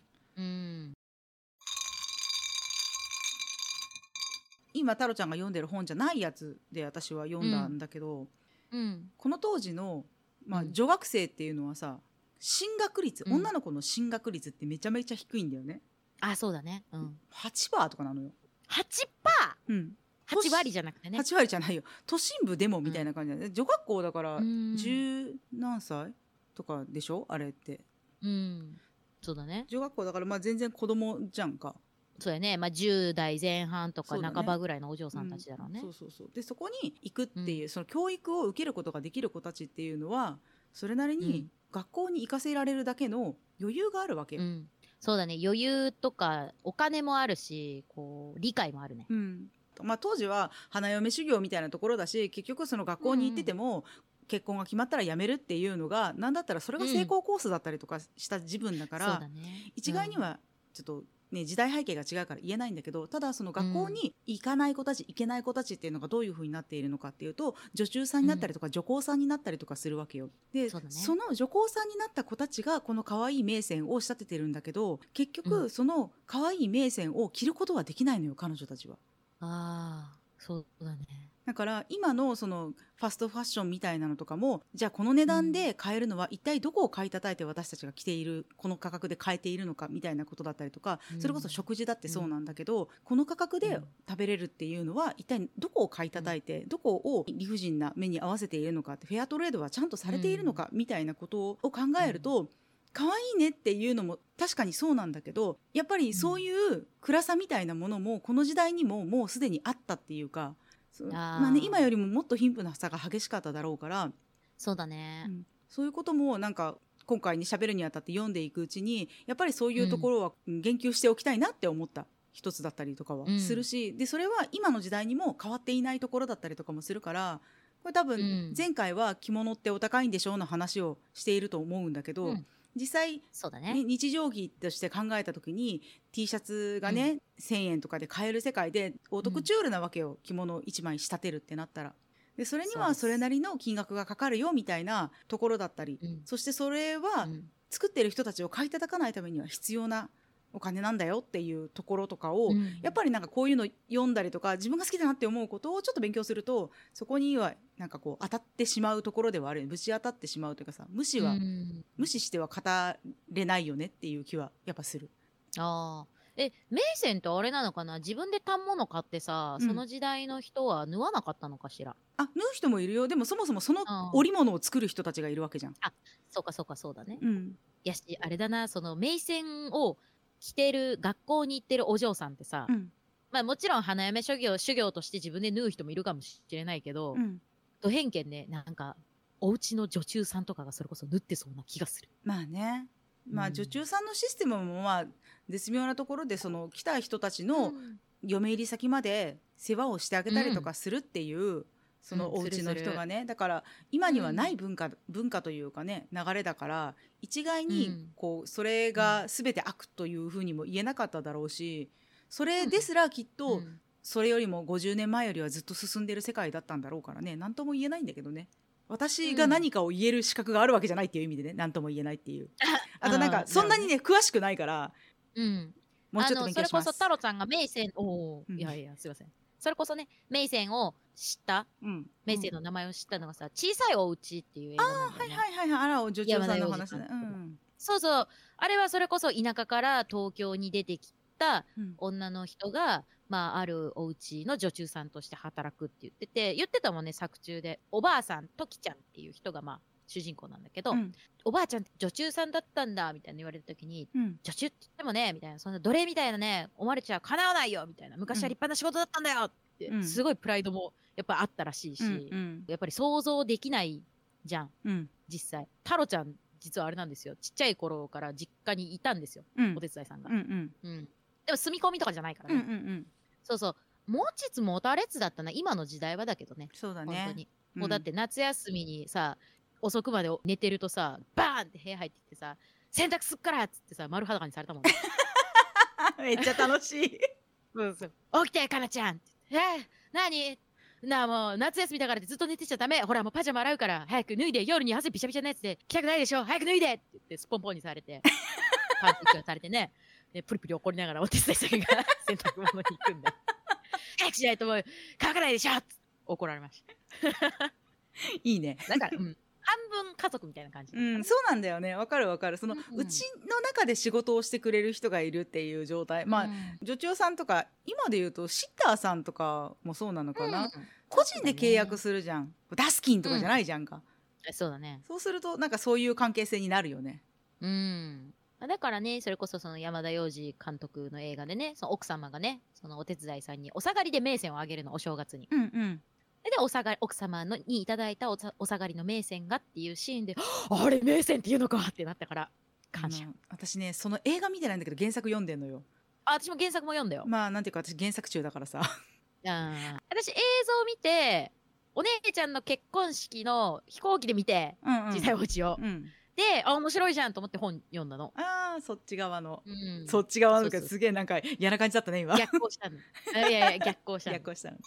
今太郎ちゃんが読んでる本じゃないやつで私は読んだんだけど、この当時の、女学生っていうのはさ、進学率、女の子の進学率ってめちゃめちゃ低いんだよね。 そうだね。 8%とかなのよ。 8%? うん。 8割じゃなくてね。 8割じゃないよ、都心部でもみたいな感じで、女学校だから10何歳とかでしょあれって。 そうだね。 女学校だから全然子供じゃんか。 そうやね。10代前半とか半ばぐらいのお嬢さんたちだろうね。 そうで、そこに行くっていう、その教育を受けることができる子たちっていうのはそれなりに学校に行かせられるだけの余裕があるわけよ。 そうだね。余裕とかお金もあるし、こう理解もあるね。 当時は花嫁修行みたいなところだし、結局その学校に行ってても、結婚が決まったら辞めるっていうのがなんだったらそれが成功コースだったりとかした自分だから、一概にはちょっとね、時代背景が違うから言えないんだけど、ただその学校に行かない子たち、行けない子たちっていうのがどういう風になっているのかっていうと、女中さんになったりとか、女工さんになったりとかするわけよ。で、その女工さんになった子たちがこの可愛い名線を仕立ててるんだけど、結局その可愛い名線を着ることはできないのよ、彼女たちは。 そうだね。 だから今のそのファストファッションみたいなのとかも、じゃあこの値段で買えるのは一体どこを買い叩いて私たちが着ているこの価格で買えているのかみたいなことだったりとか、それこそ食事だってそうなんだけど、この価格で食べれるっていうのは一体どこを買い叩いて、どこを理不尽な目に合わせているのかって、フェアトレードはちゃんとされているのかみたいなことを考えると、可愛いねっていうのも確かにそうなんだけど、やっぱりそういう暗さみたいなものもこの時代にももうすでにあったっていうか、今よりももっと貧富の差が激しかっただろうから、 そうだね、 そういうこともなんか今回に喋るにあたって読んでいくうちに、やっぱりそういうところは言及しておきたいなって思った一つだったりとかはするし、でそれは今の時代にも変わっていないところだったりとかもするから、これ多分前回は着物ってお高いんでしょうの話をしていると思うんだけど、実際、日常着として考えた時に T シャツがね、1,000円とかで買える世界でオートクチュールなわけよ、着物1枚仕立てるってなったら。でそれにはそれなりの金額がかかるよみたいなところだったり、そしてそれは作ってる人たちを買い叩かないためには必要なお金なんだよっていうところとかを、やっぱりなんかこういうの読んだりとか、自分が好きだなって思うことをちょっと勉強すると、そこにはなんかこう当たってしまうところではある、ぶち当たってしまうというかさ、無視しては語れないよねっていう気はやっぱする。 メイセンってあれなのかな、自分で反物買ってさ、その時代の人は縫わなかったのかしら。 縫う人もいるよ。でもそもそもその織物を作る人たちがいるわけじゃん。 そうだね。やし、あれだな、そのメイセンを着てる学校に行ってるお嬢さんってさ、もちろん花嫁修行として自分で縫う人もいるかもしれないけど、ド偏見ね、なんかお家の女中さんとかがそれこそ縫ってそうな気がする。 女中さんのシステムも絶妙なところで、その来た人たちの嫁入り先まで世話をしてあげたりとかするっていう、そのお家の人がね、だから今にはない文化というかね、流れだから、一概にこうそれが全て悪というふうにも言えなかっただろうし、 それですらきっと、 うんそれよりも50年前よりはずっと進んでる世界だったんだろうからね、何とも言えないんだけどね。私が何かを言える資格があるわけじゃないっていう意味でね、何とも言えないっていう。あとなんかそんなにね詳しくないから、もうちょっと勉強します。 それこそ太郎ちゃんがメイセンいやすいません。それこそねメイセンを知った、メイセンの名前を知ったのがさ、小さいお家っていう映画なんだよね。 あら、お女中さんの話ね。 そうそう、あれはそれこそ田舎から東京に出てきた女の人が、あるお家の女中さんとして働くって言ってたもんね、作中で。おばあさんトキちゃんっていう人が主人公なんだけど、おばあちゃんって女中さんだったんだみたいな言われた時に、女中って言ってもねみたいな、そんな奴隷みたいなね思われちゃかなわないよみたいな、昔は立派な仕事だったんだよって、すごいプライドもやっぱあったらしいし、やっぱり想像できないじゃん、実際。太郎ちゃん実はあれなんですよ、ちっちゃい頃から実家にいたんですよ、お手伝いさんが。でも住み込みとかじゃないからね。そうそう、持ちつ持たれつだったな、今の時代はだけどね。 そうだね。 本当に。もうだって夏休みにさ、遅くまで寝てるとさ、バーンって部屋入ってきてさ、洗濯すっからっつってさ、丸裸にされたもん。 めっちゃ楽しい。 そうそう。起きて、かなちゃんって。何もう夏休みだからってずっと寝てちゃダメ。ほらもうパジャマ洗うから早く脱いで、夜に汗びしゃびしゃなやつで着たくないでしょ、早く脱いでって言ってスポンポンにされて、パンツされてね、プリプリ怒りながらお手伝いさんが洗濯物に行くんだ。早くしないともう乾かないでしょって怒られました。 いいね。 だから、半分家族みたいな感じ。 そうなんだよね。わかるわかる。その、うちの中で仕事をしてくれる人がいるっていう状態。女中さんとか今で言うとシッターさんとかもそうなのかな。個人で契約するじゃん。ダスキンとかじゃないじゃんか。 そうだね。 そうするとなんかそういう関係性になるよね。 だからね、それこそその山田洋次監督の映画でね、その奥様がね、そのお手伝いさんにお下がりで銘銭をあげるの、お正月に。で奥様にいただいたお下がりの銘銭がっていうシーンで、あれ銘銭っていうのかってなったから感謝。 私ね、その映画見てないんだけど原作読んでんのよ。 私も原作も読んだよ。 なんていうか私原作中だからさ。 私映像見て、お姉ちゃんの結婚式の飛行機で見て、小さいお家を。で、面白いじゃんと思って本読んだの。 そっち側の。そっち側のけどすげえなんか嫌な感じだったね今。 逆行したの。いや逆行したの。 逆行したの。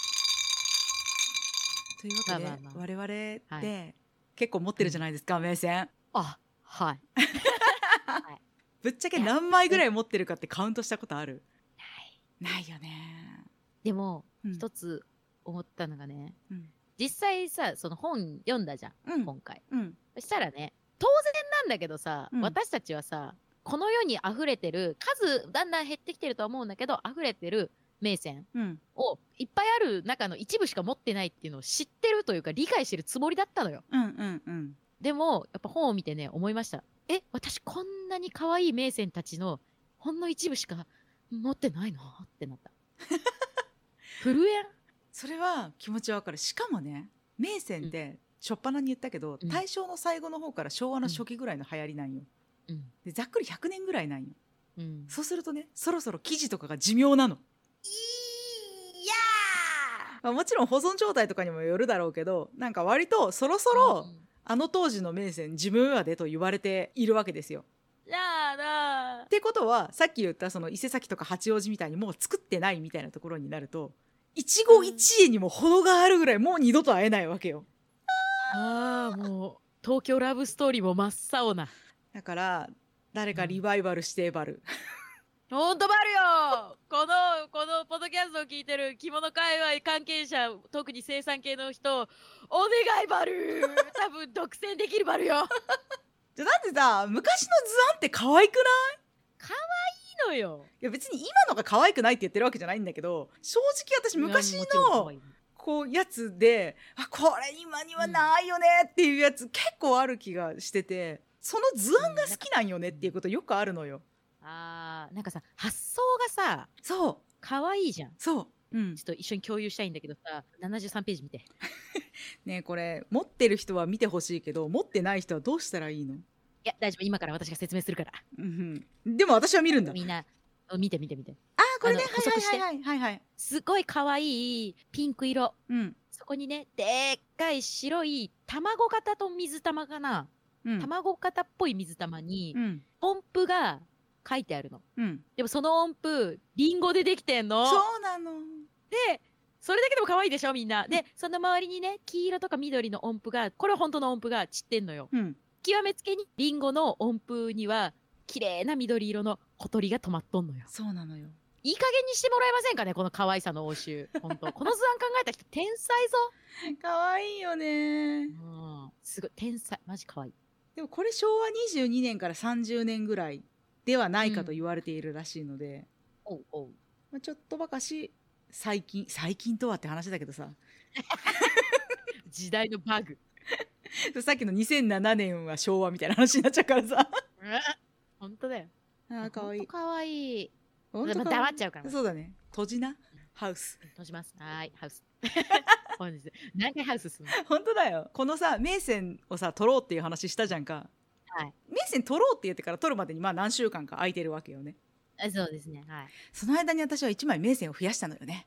というわけで、我々って結構持ってるじゃないですか、銘銭。 はい。 ぶっちゃけ何枚ぐらい持ってるかってカウントしたことある？ないよね。 でも一つ思ったのがね、実際さ、その本読んだじゃん、今回。そしたらね、当然なんだけどさ、私たちはさ、この世に溢れてる数だんだん減ってきてるとは思うんだけど、溢れてる銘銭をいっぱいある中の一部しか持ってないっていうのを知ってるというか理解してるつもりだったのよ。でもやっぱ本を見てね思いました。私こんなに可愛い銘銭たちのほんの一部しか持ってないのってなった。震えん。 それは気持ちわかる。しかもね、銘銭って初っ端に言ったけど、大正の最後の方から昭和の初期ぐらいの流行りなんよ。でざっくり100年ぐらいなんよ。そうするとね、そろそろ生地とかが寿命なの。もちろん保存状態とかにもよるだろうけど、なんか割とそろそろあの当時の銘銭寿命やでと言われているわけですよ。ってことはさっき言ったその伊勢崎とか八王子みたいにもう作ってないみたいなところになると、一期一会にも程があるぐらいもう二度と会えないわけよ。 もう東京ラブストーリーも真っ青な。 だから誰かリバイバルしてバル。 ほんとバルよ。このポッドキャストを聞いてる着物界隈関係者、特に生産系の人、お願いバル。多分独占できるバルよ。 じゃだってさ、昔の図案って可愛くない？ 可愛いのよ。 いや別に今のが可愛くないって言ってるわけじゃないんだけど、正直私昔のこうやつで、これ今にはないよねっていうやつ結構ある気がしてて、その図案が好きなんよねっていうことよくあるのよ。 なんかさ、発想がさ、 そう可愛いじゃん。 そう、 ちょっと一緒に共有したいんだけどさ、73ページ見て。 ねえ、これ持ってる人は見てほしいけど、持ってない人はどうしたらいいの？ いや大丈夫、今から私が説明するから。 でも私は見るんだ。 みんな見て。 これね、はいすごい可愛いピンク色。そこにね、でっかい白い卵型と水玉かな。卵型っぽい水玉に、ポンプが書いてあるの。 うんでもその音符リンゴでできてんの。 そうなの。 でそれだけでも可愛いでしょみんな。でその周りにね黄色とか緑の音符が、これは本当の音符が散ってんのよ。 うん極めつけにリンゴの音符には綺麗な緑色の小鳥が止まっとんのよ。 そうなのよ。 いい加減にしてもらえませんかね、この可愛さの応酬。本当この図案考えた人天才ぞ。 可愛いよね。 すごい天才、マジ可愛い。 でもこれ昭和22年から30年ぐらいではないかと言われているらしいので、 おうおう。 まあ、ちょっとばかし最近とはって話だけどさ時代のバグ。 さっきの2007年は昭和みたいな話になっちゃうからさ本当だよ。 あー可愛い。 可愛い。 ほんと可愛い。 黙っちゃうから。 そうだね。閉じな。ハウス。 閉じます。はい、ハウス。本日何回ハウスすんの。 本当だよ。このさ名線をさ取ろうっていう話したじゃんか。 はい。 名線取ろうって言ってから取るまでにまあ何週間か空いてるわけよね。 そうですね。はい。 その間に私は1枚名線を増やしたのよね。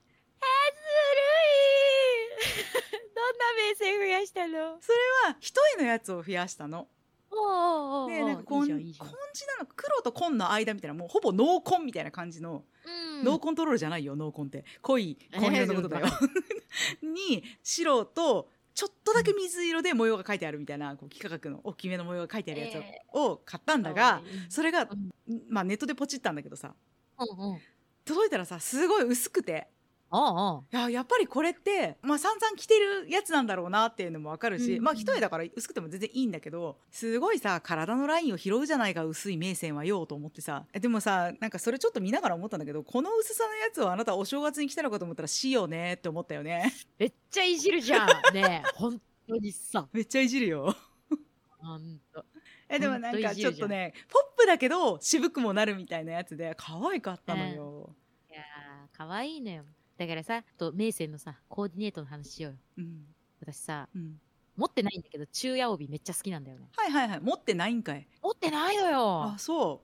ずるい。どんな名線増やしたの。 それは一重のやつを増やしたの。 おでなんか紺いいじゃん。 なの黒と紺の間みたいな、もうほぼ濃紺みたいな感じの、ノーコントロールじゃないよ、濃紺って濃い紺色のことだよに白とちょっとだけ水色で模様が書いてあるみたいな、こう幾何学の大きめの模様が書いてあるやつを買ったんだが、それが、まあ、ネットでポチったんだけどさ、届いたらさすごい薄くて、やっぱりこれって、まあ、散々着てるやつなんだろうなっていうのも分かるし、まあ一重だから薄くても全然いいんだけど、すごいさ体のラインを拾うじゃないか薄い名線はよと思ってさ。でもさなんかそれちょっと見ながら思ったんだけど、この薄さのやつをあなたお正月に着たのかと思ったらしよねって思ったよね。 めっちゃいじるじゃんねえ本当にさ。 めっちゃいじるよほんと。 でもなんかちょっとねポップだけど渋くもなるみたいなやつで可愛かったのよ。 いやー可愛いのよ。だからさ、名線のさコーディネートの話しようよ。私さ、持ってないんだけど昼夜帯めっちゃ好きなんだよね。 はいはいはい。持ってないんかい。 持ってないのよ。 あ、そう。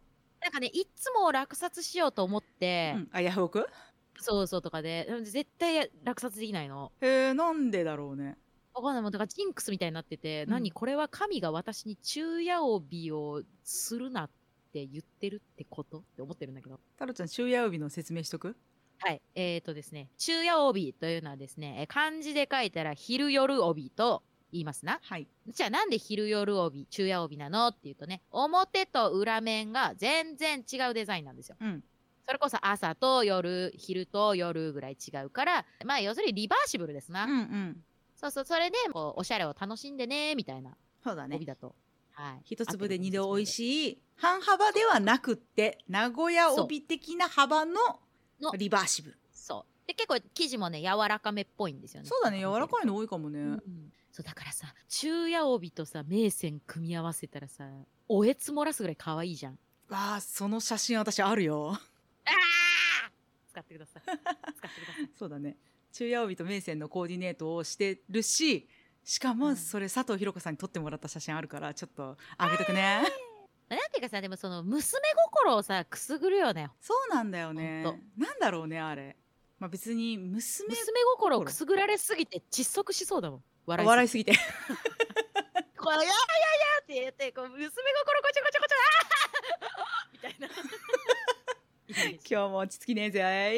なんかねいつも落札しようと思って、 あ、ヤフオクそうとかで絶対落札できないの。 へえ、なんでだろうね。 わかんない。もうだからジンクスみたいになってて、何これは神が私に昼夜帯をするなって言ってるってことって思ってるんだけど。 タロちゃん昼夜帯の説明しとく。 はい。ですね、昼夜帯というのはですね、漢字で書いたら昼夜帯と言いますな。 はい。 じゃあなんで昼夜帯、昼夜帯なのっていうとね、表と裏面が全然違うデザインなんですよ。それこそ朝と夜、昼と夜ぐらい違うから、まあ要するにリバーシブルですな。それでこうおしゃれを楽しんでねみたいな帯だと。はい。 一粒で二度おいしい半幅ではなくって名古屋帯的な幅のリバーシブル。 そうで結構生地もね柔らかめっぽいんですよね。 そうだね、柔らかいの多いかもね。 そうだからさ昼夜帯とさ名線組み合わせたらさおえつ漏らすぐらい可愛いじゃん。 わあ、その写真私あるよ。 使ってください。使ってください。 そうだね、昼夜帯と名線のコーディネートをしてるし、しかもそれ佐藤ひろ子さんに撮ってもらった写真あるからちょっとあげとくね。 なんていうかさ、でもその娘心をさくすぐるよね。 そうなんだよね。なんだろうねあれ。まあ別に娘心をくすぐられすぎて窒息しそうだもん。 笑いすぎてこうやって言ってこう娘心こちょこちょこちょみたいな今日も落ち着きねえぜ。はい。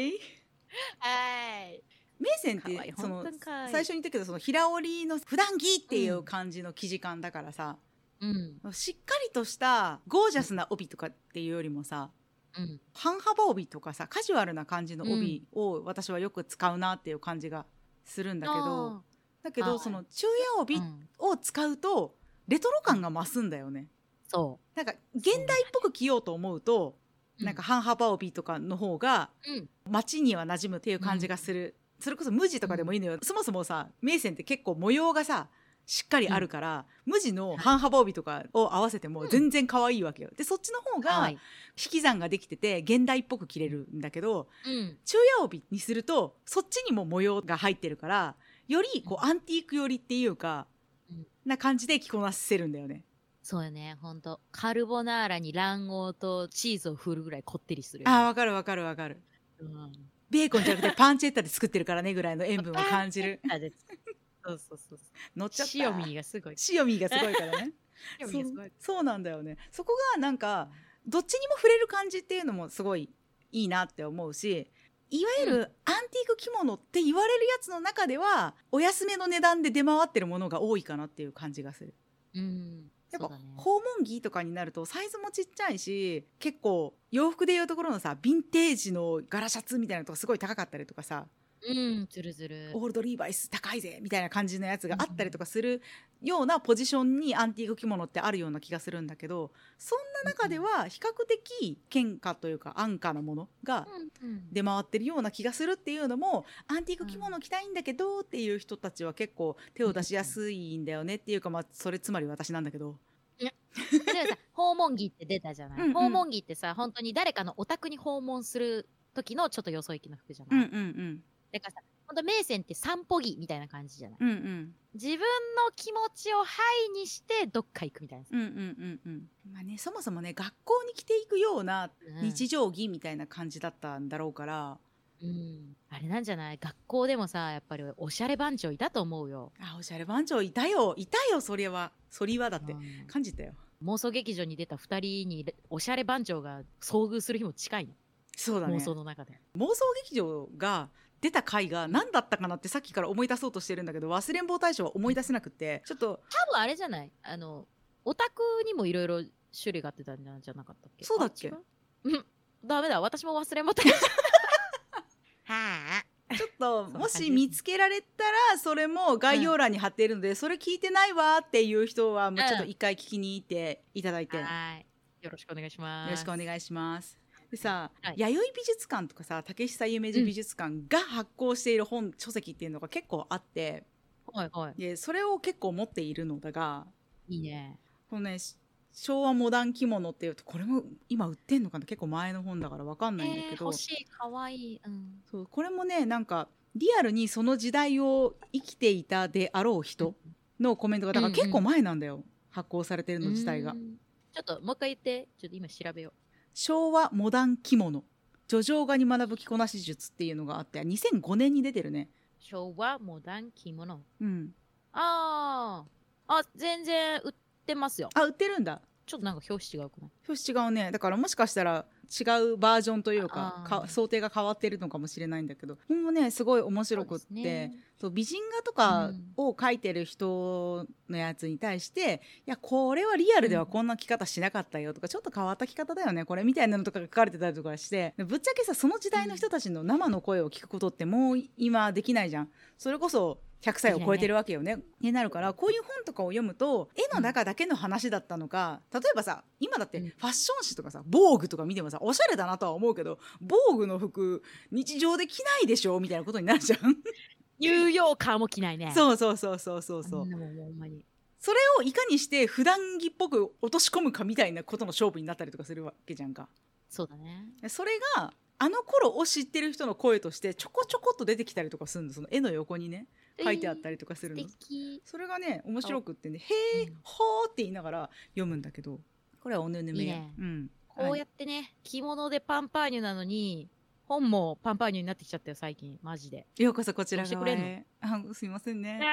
名線ってその最初に言ったけど、その平織りの普段着っていう感じの生地感だからさ、しっかりとしたゴージャスな帯とかっていうよりもさ、半幅帯とかさカジュアルな感じの帯を私はよく使うなっていう感じがするんだけど、その昼夜帯を使うとレトロ感が増すんだよね。そうなんか現代っぽく着ようと思うとなんか半幅帯とかの方が街には馴染むっていう感じがする。それこそ無地とかでもいいのよ。そもそもさ名線って結構模様がさしっかりあるから、無地の半幅帯とかを合わせても全然可愛いわけよ。でそっちの方が引き算ができてて現代っぽく着れるんだけど、昼夜帯にするとそっちにも模様が入ってるからよりこうアンティーク寄りっていうか、な感じで着こなせるんだよね。 そうよね、ほんとカルボナーラに卵黄とチーズを振るぐらいこってりするよ、 ね。わかるわかるわかる。ベーコンじゃなくてパンチェッタで作ってるからねぐらいの塩分を感じる。そう乗っちゃった。塩味がすごい。塩味がすごいからね。そうなんだよね。そこがなんかどっちにも触れる感じっていうのもすごいいいなって思うし、いわゆるアンティーク着物って言われるやつの中ではお安めの値段で出回ってるものが多いかなっていう感じがする。やっぱ、訪問着とかになるとサイズもちっちゃいし、結構洋服でいうところのさヴィンテージの柄シャツみたいなのとかすごい高かったりとかさ、 ずるずるオールドリーバイス高いぜみたいな感じのやつがあったりとかするようなポジションにアンティーク着物ってあるような気がするんだけど、そんな中では比較的堅価というか安価なものが出回ってるような気がするっていうのも、アンティーク着物着たいんだけどっていう人たちは結構手を出しやすいんだよねっていうか、まあそれつまり私なんだけど。 でもさ訪問着って出たじゃない、訪問着ってさ本当に誰かのお宅に訪問する時のちょっとよそ行きの服じゃない、だからさ本当メイセンって散歩着みたいな感じじゃない、自分の気持ちをハイにしてどっか行くみたいな、 まあね、そもそもね学校に着ていくような日常着みたいな感じだったんだろうから、 あれなんじゃない、学校でもさやっぱりおしゃれ番長いたと思うよ。 おしゃれ番長いたよそれはだって感じたよ。 妄想劇場に出た2人におしゃれ番長が遭遇する日も近いの。 そうだね、 妄想の中で妄想劇場が出た回が何だったかなってさっきから思い出そうとしてるんだけど、忘れん坊大賞は思い出せなくて、ちょっと多分あれじゃない、オタクにもいろいろ種類があってたんじゃなかったっけ。 そうだっけ。 ダメだ、私も忘れん坊大賞はあ、 ちょっともし見つけられたらそれも概要欄に貼っているので、それ聞いてないわっていう人はもうちょっと一回聞きに行っていただいて、 はいよろしくお願いします。 よろしくお願いします。でさ、弥生美術館とかさ竹久夢二美術館が発行している本、書籍っていうのが結構あって、でそれを結構持っているのだが、 いいね、 このね昭和モダン着物っていうと、これも今売ってんのかな、結構前の本だから分かんないんだけど、 欲しい、かわいい、 そうこれもねなんかリアルにその時代を生きていたであろう人のコメントがだから結構前なんだよ、発行されてるの自体が。 ちょっともう一回言って、ちょっと今調べよう。 昭和モダン着物叙情画に学ぶ着こなし術っていうのがあって、2005年に出てるね。 昭和モダン着物、全然売ってますよ。 売ってるんだ。 ちょっとなんか表紙違うくない？ 表紙違うね。だからもしかしたら違うバージョンというか想定が変わってるのかもしれないんだけど、これもねすごい面白くって、そう美人画とかを描いてる人のやつに対して、いやこれはリアルではこんな着方しなかったよとか、ちょっと変わった着方だよねこれみたいなのとかが書かれてたりとかして、ぶっちゃけさその時代の人たちの生の声を聞くことってもう今できないじゃん。それこそ100歳を超えてるわけよね。になるから、こういう本とかを読むと絵の中だけの話だったのか、例えばさ今だってファッション誌とかさ防具とか見てもさおしゃれだなとは思うけど、防具の服日常で着ないでしょみたいなことになるじゃんニューヨーカーも着ないね。 そうそれをいかにして普段着っぽく落とし込むかみたいなことの勝負になったりとかするわけじゃんか。 そうだね。 それがあの頃を知ってる人の声としてちょこちょこっと出てきたりとかするの、その絵の横にね書いてあったりとかするの。それがね面白くってね、へーほーって言いながら読むんだけど、これはおぬぬめや。 こうやってね、着物でパンパーニュなのに本もパンパーニュになってきちゃったよ最近マジで。 ようこそこちら側へ。すいませんね。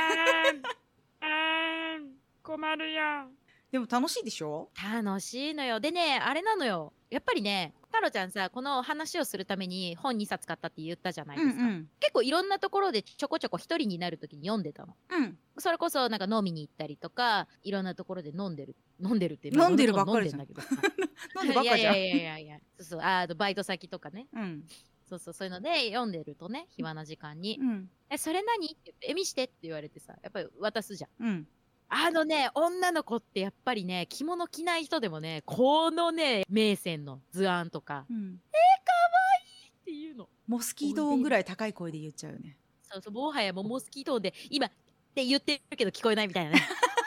困るやん。 でも楽しいでしょ？ 楽しいのよ。でねあれなのよ、やっぱりね太郎ちゃんさ、この話をするために本2冊買ったって言ったじゃないですか、結構いろんなところでちょこちょこ一人になる時に読んでたの、それこそなんか飲みに行ったりとかいろんなところで飲んでるって飲んでるばっかりじゃん。飲んでばっかりじゃん。いやそうバイト先とかね、そういうので読んでるとね、暇な時間に、それ何って言って見してって言われてさ、やっぱり渡すじゃん、女の子ってやっぱりね着物着ない人でもね、このね名線の図案とか、かわいいっていうの。 モスキート音ぐらい高い声で言っちゃうよね。 そうもはやもうモスキート音で今って言ってるけど聞こえないみたいなね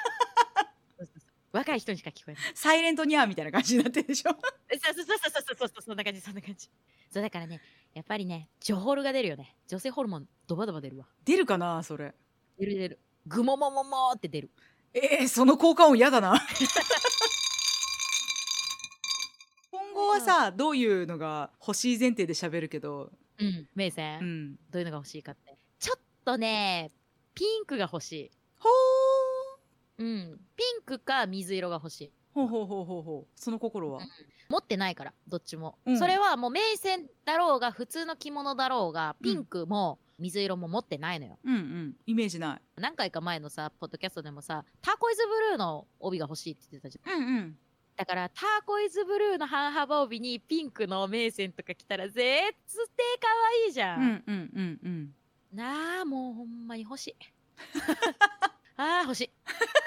若い人にしか聞こえないサイレントニャーみたいな感じになってるでしょそうそんな感じ。そうだからね、やっぱりね女ホルが出るよね。女性ホルモンドバドバ出るわ。 出るかなそれ。 出るグモモモモって出る。 その効果音嫌だな今後はさどういうのが欲しい前提で喋るけど、 メイセン、どういうのが欲しいかって、ちょっとねピンクが欲しい。 ほピンクか水色が欲しい。 ほうほうほうほうほう。その心は、 持ってないからどっちも、 うんそれはもう銘線だろうが普通の着物だろうがピンクも水色も持ってないのよ。 うんうん、イメージない。 何回か前のさポッドキャストでもさターコイズブルーの帯が欲しいって言ってたじゃん。 うんうん。 だからターコイズブルーの半幅帯にピンクの銘線とか着たら絶対可愛いじゃん。 うんうんうんうん。 なあもうほんまに欲しい。あー欲しい。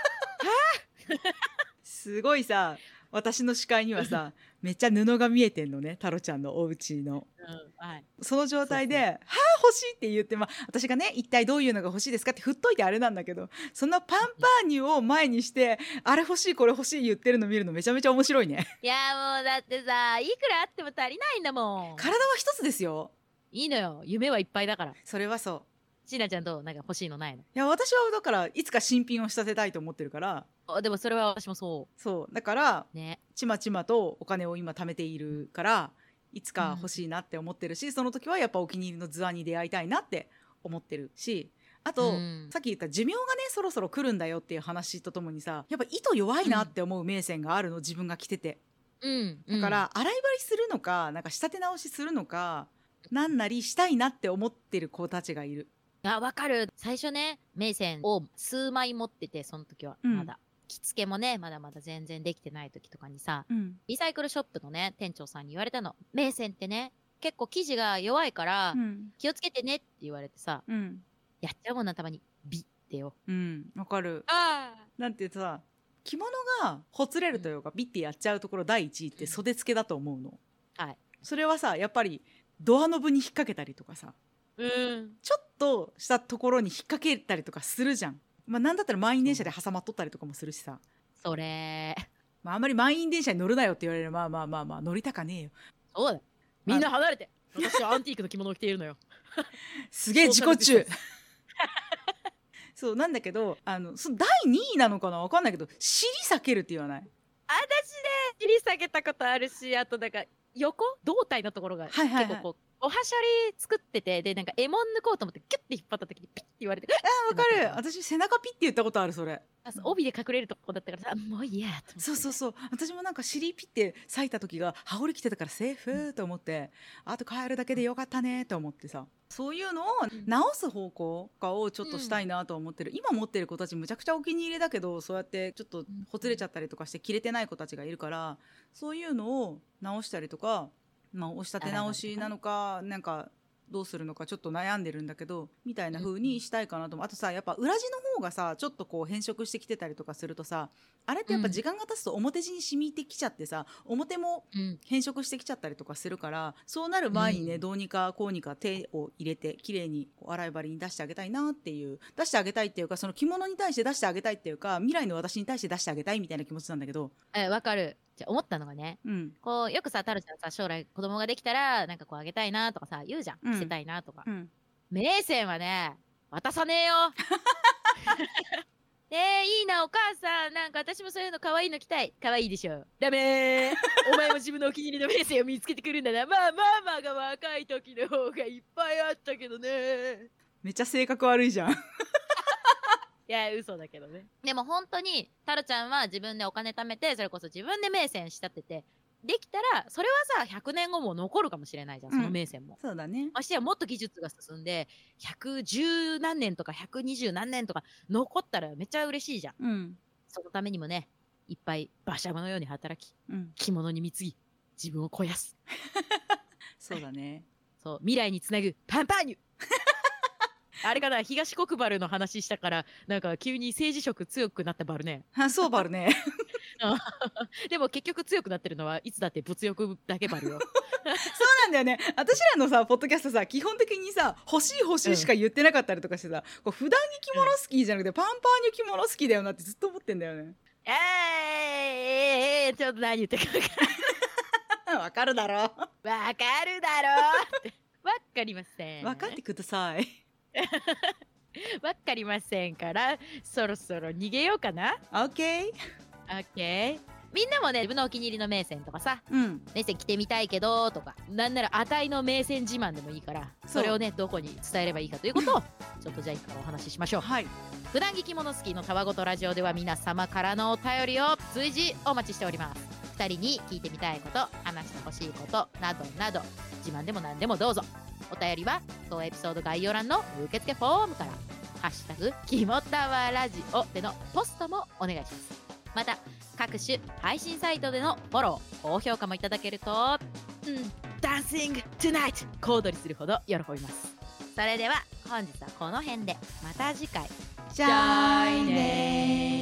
すごいさ、私の視界にはさめっちゃ布が見えてんのね、タロちゃんのお家の。 はい、 その状態でそうはあ欲しいって言って、私がね一体どういうのが欲しいですかって振っといてあれなんだけど、そのパンパーニュを前にしてあれ欲しいこれ欲しい言ってるの見るのめちゃめちゃ面白いね。 いやもうだってさいくらあっても足りないんだもん。 体は一つですよ。 いいのよ夢はいっぱいだから。 それはそう。 しなちゃんとなんか欲しいのないの？ いや私はだからいつか新品を仕立てたいと思ってるから。 でもそれは私もそそうだからうね。 ちまちまとお金を今貯めているからいつか欲しいなって思ってるし、その時はやっぱお気に入りの図案に出会いたいなって思ってるし、あと、さっき言った寿命がねそろそろ来るんだよっていう話とともにさ、やっぱ糸弱いなって思う銘線があるの、自分が着てて。だから洗い張りするのかなんか仕立て直しするのかなんなりしたいなって思ってる子たちがいる。 あ、わかる。最初ね銘線を数枚持ってて、その時はまだ、着付けもねまだまだ全然できてない時とかにさ、リサイクルショップのね店長さんに言われたの。銘線ってね結構生地が弱いから、気をつけてねって言われてさ、やっちゃうもんな、たまにビッてよ。 わかる。なんてさ、着物がほつれるというか、ビッてやっちゃうところ第一位って袖付けだと思うの。 はい。 それはさやっぱりドアノブに引っ掛けたりとかさ、ちょっとしたところに引っ掛けたりとかするじゃん。なんだったら満員電車で挟まっとったりとかもするしさ。 それあんまり満員電車に乗るなよって言われる。まあ乗りたかねえよ。 そうだ、みんな離れて。私はアンティークの着物を着ているのよ。 すげえ自己中。そうなんだけど、その第2位なのかな分かんないけど、尻避けるって言わない？ 私ね尻下げたことあるし、あとなんか横胴体のところが結構こう、おはしょり作ってて、でなんかエモン抜こうと思ってキュッて引っ張った時にピッて言われて、 わかる。私背中ピッて言ったことある。それ帯で隠れるとこだったからさ、もういいやと思って。 そう私もなんか尻ピッて裂いた時が羽織着てたからセーフと思って、あと帰るだけでよかったねと思ってさ、そういうのを直す方向かをちょっとしたいなと思ってる。今持ってる子たちむちゃくちゃお気に入りだけど、そうやってちょっとほつれちゃったりとかして着れてない子たちがいるから、そういうのを直したりとか、お仕立て直しなのかなんかどうするのかちょっと悩んでるんだけど、みたいな風にしたいかなと思う。あとさやっぱ裏地の方がさちょっとこう変色してきてたりとかするとさ、あれってやっぱ時間が経つと表地に染みてきちゃってさ、表も変色してきちゃったりとかするから、そうなる前にね、どうにかこうにか手を入れて綺麗に洗い張りに出してあげたいなっていう、出してあげたいっていうか、その着物に対して出してあげたいっていうか、未来の私に対して出してあげたいみたいな気持ちなんだけど。 わかる。じゃ思ったのがね、こうよくさタルちゃんさ将来子供ができたらなんかこうあげたいなとかさ言うじゃん、着せたいなとか。銘線はね渡さねえよ。いいなお母さん、なんか私もそういうの可愛いの着たい。可愛いでしょ。ダメー。お前も自分のお気に入りの銘線を見つけてくるんだな。まあママが若い時の方がいっぱいあったけどね。 めっちゃ性格悪いじゃん。 いや嘘だけどね。でも本当にタルちゃんは自分でお金貯めて、それこそ自分で銘線仕立ててできたら、それはさ100年後も残るかもしれないじゃん、その銘線も。 そうだね。 ましてやもっと技術が進んで110何年とか120何年とか残ったらめっちゃ嬉しいじゃん。そのためにもね、いっぱい馬車馬のように働き、着物に貢ぎ自分を肥やす。 そうだね。 そう未来につなぐパンパーニュ。あれかな、東国原の話したからなんか急に政治色強くなったバルね。 そうバルね。 でも結局強くなってるのはいつだって物欲だけバルよ。 そうなんだよね。私らのさポッドキャストさ基本的にさ欲しいしか言ってなかったりとかしてさ、こう普段着着物好きじゃなくてパンパーニュ着物好きだよなってずっと思ってんだよね。 ちょっと何言ってるかわかるだろ。わかるだろ。わかりません。 分かってください。 わかりませんから、そろそろ逃げようかな。 オッケー。 オッケー。 みんなもね、自分のお気に入りの名線とかさ、 うん名線着てみたいけどとか、なんならあたいの名線自慢でもいいから、それをね、どこに伝えればいいかということをちょっとじゃあ今からお話ししましょう。 はい。 普段着着物好きのたわごとラジオでは皆様からのお便りを随時お待ちしております。2人に聞いてみたいこと、話してほしいことなどなど、自慢でも何でもどうぞ。お便りは当エピソード概要欄の受付フォームから、ハッシュタグきもたわラジオでのポストもお願いします。また各種配信サイトでのフォロー、高評価もいただけると、ダンシングトゥナイト小躍りするほど喜びます。それでは本日はこの辺で、また次回。 じゃあねー。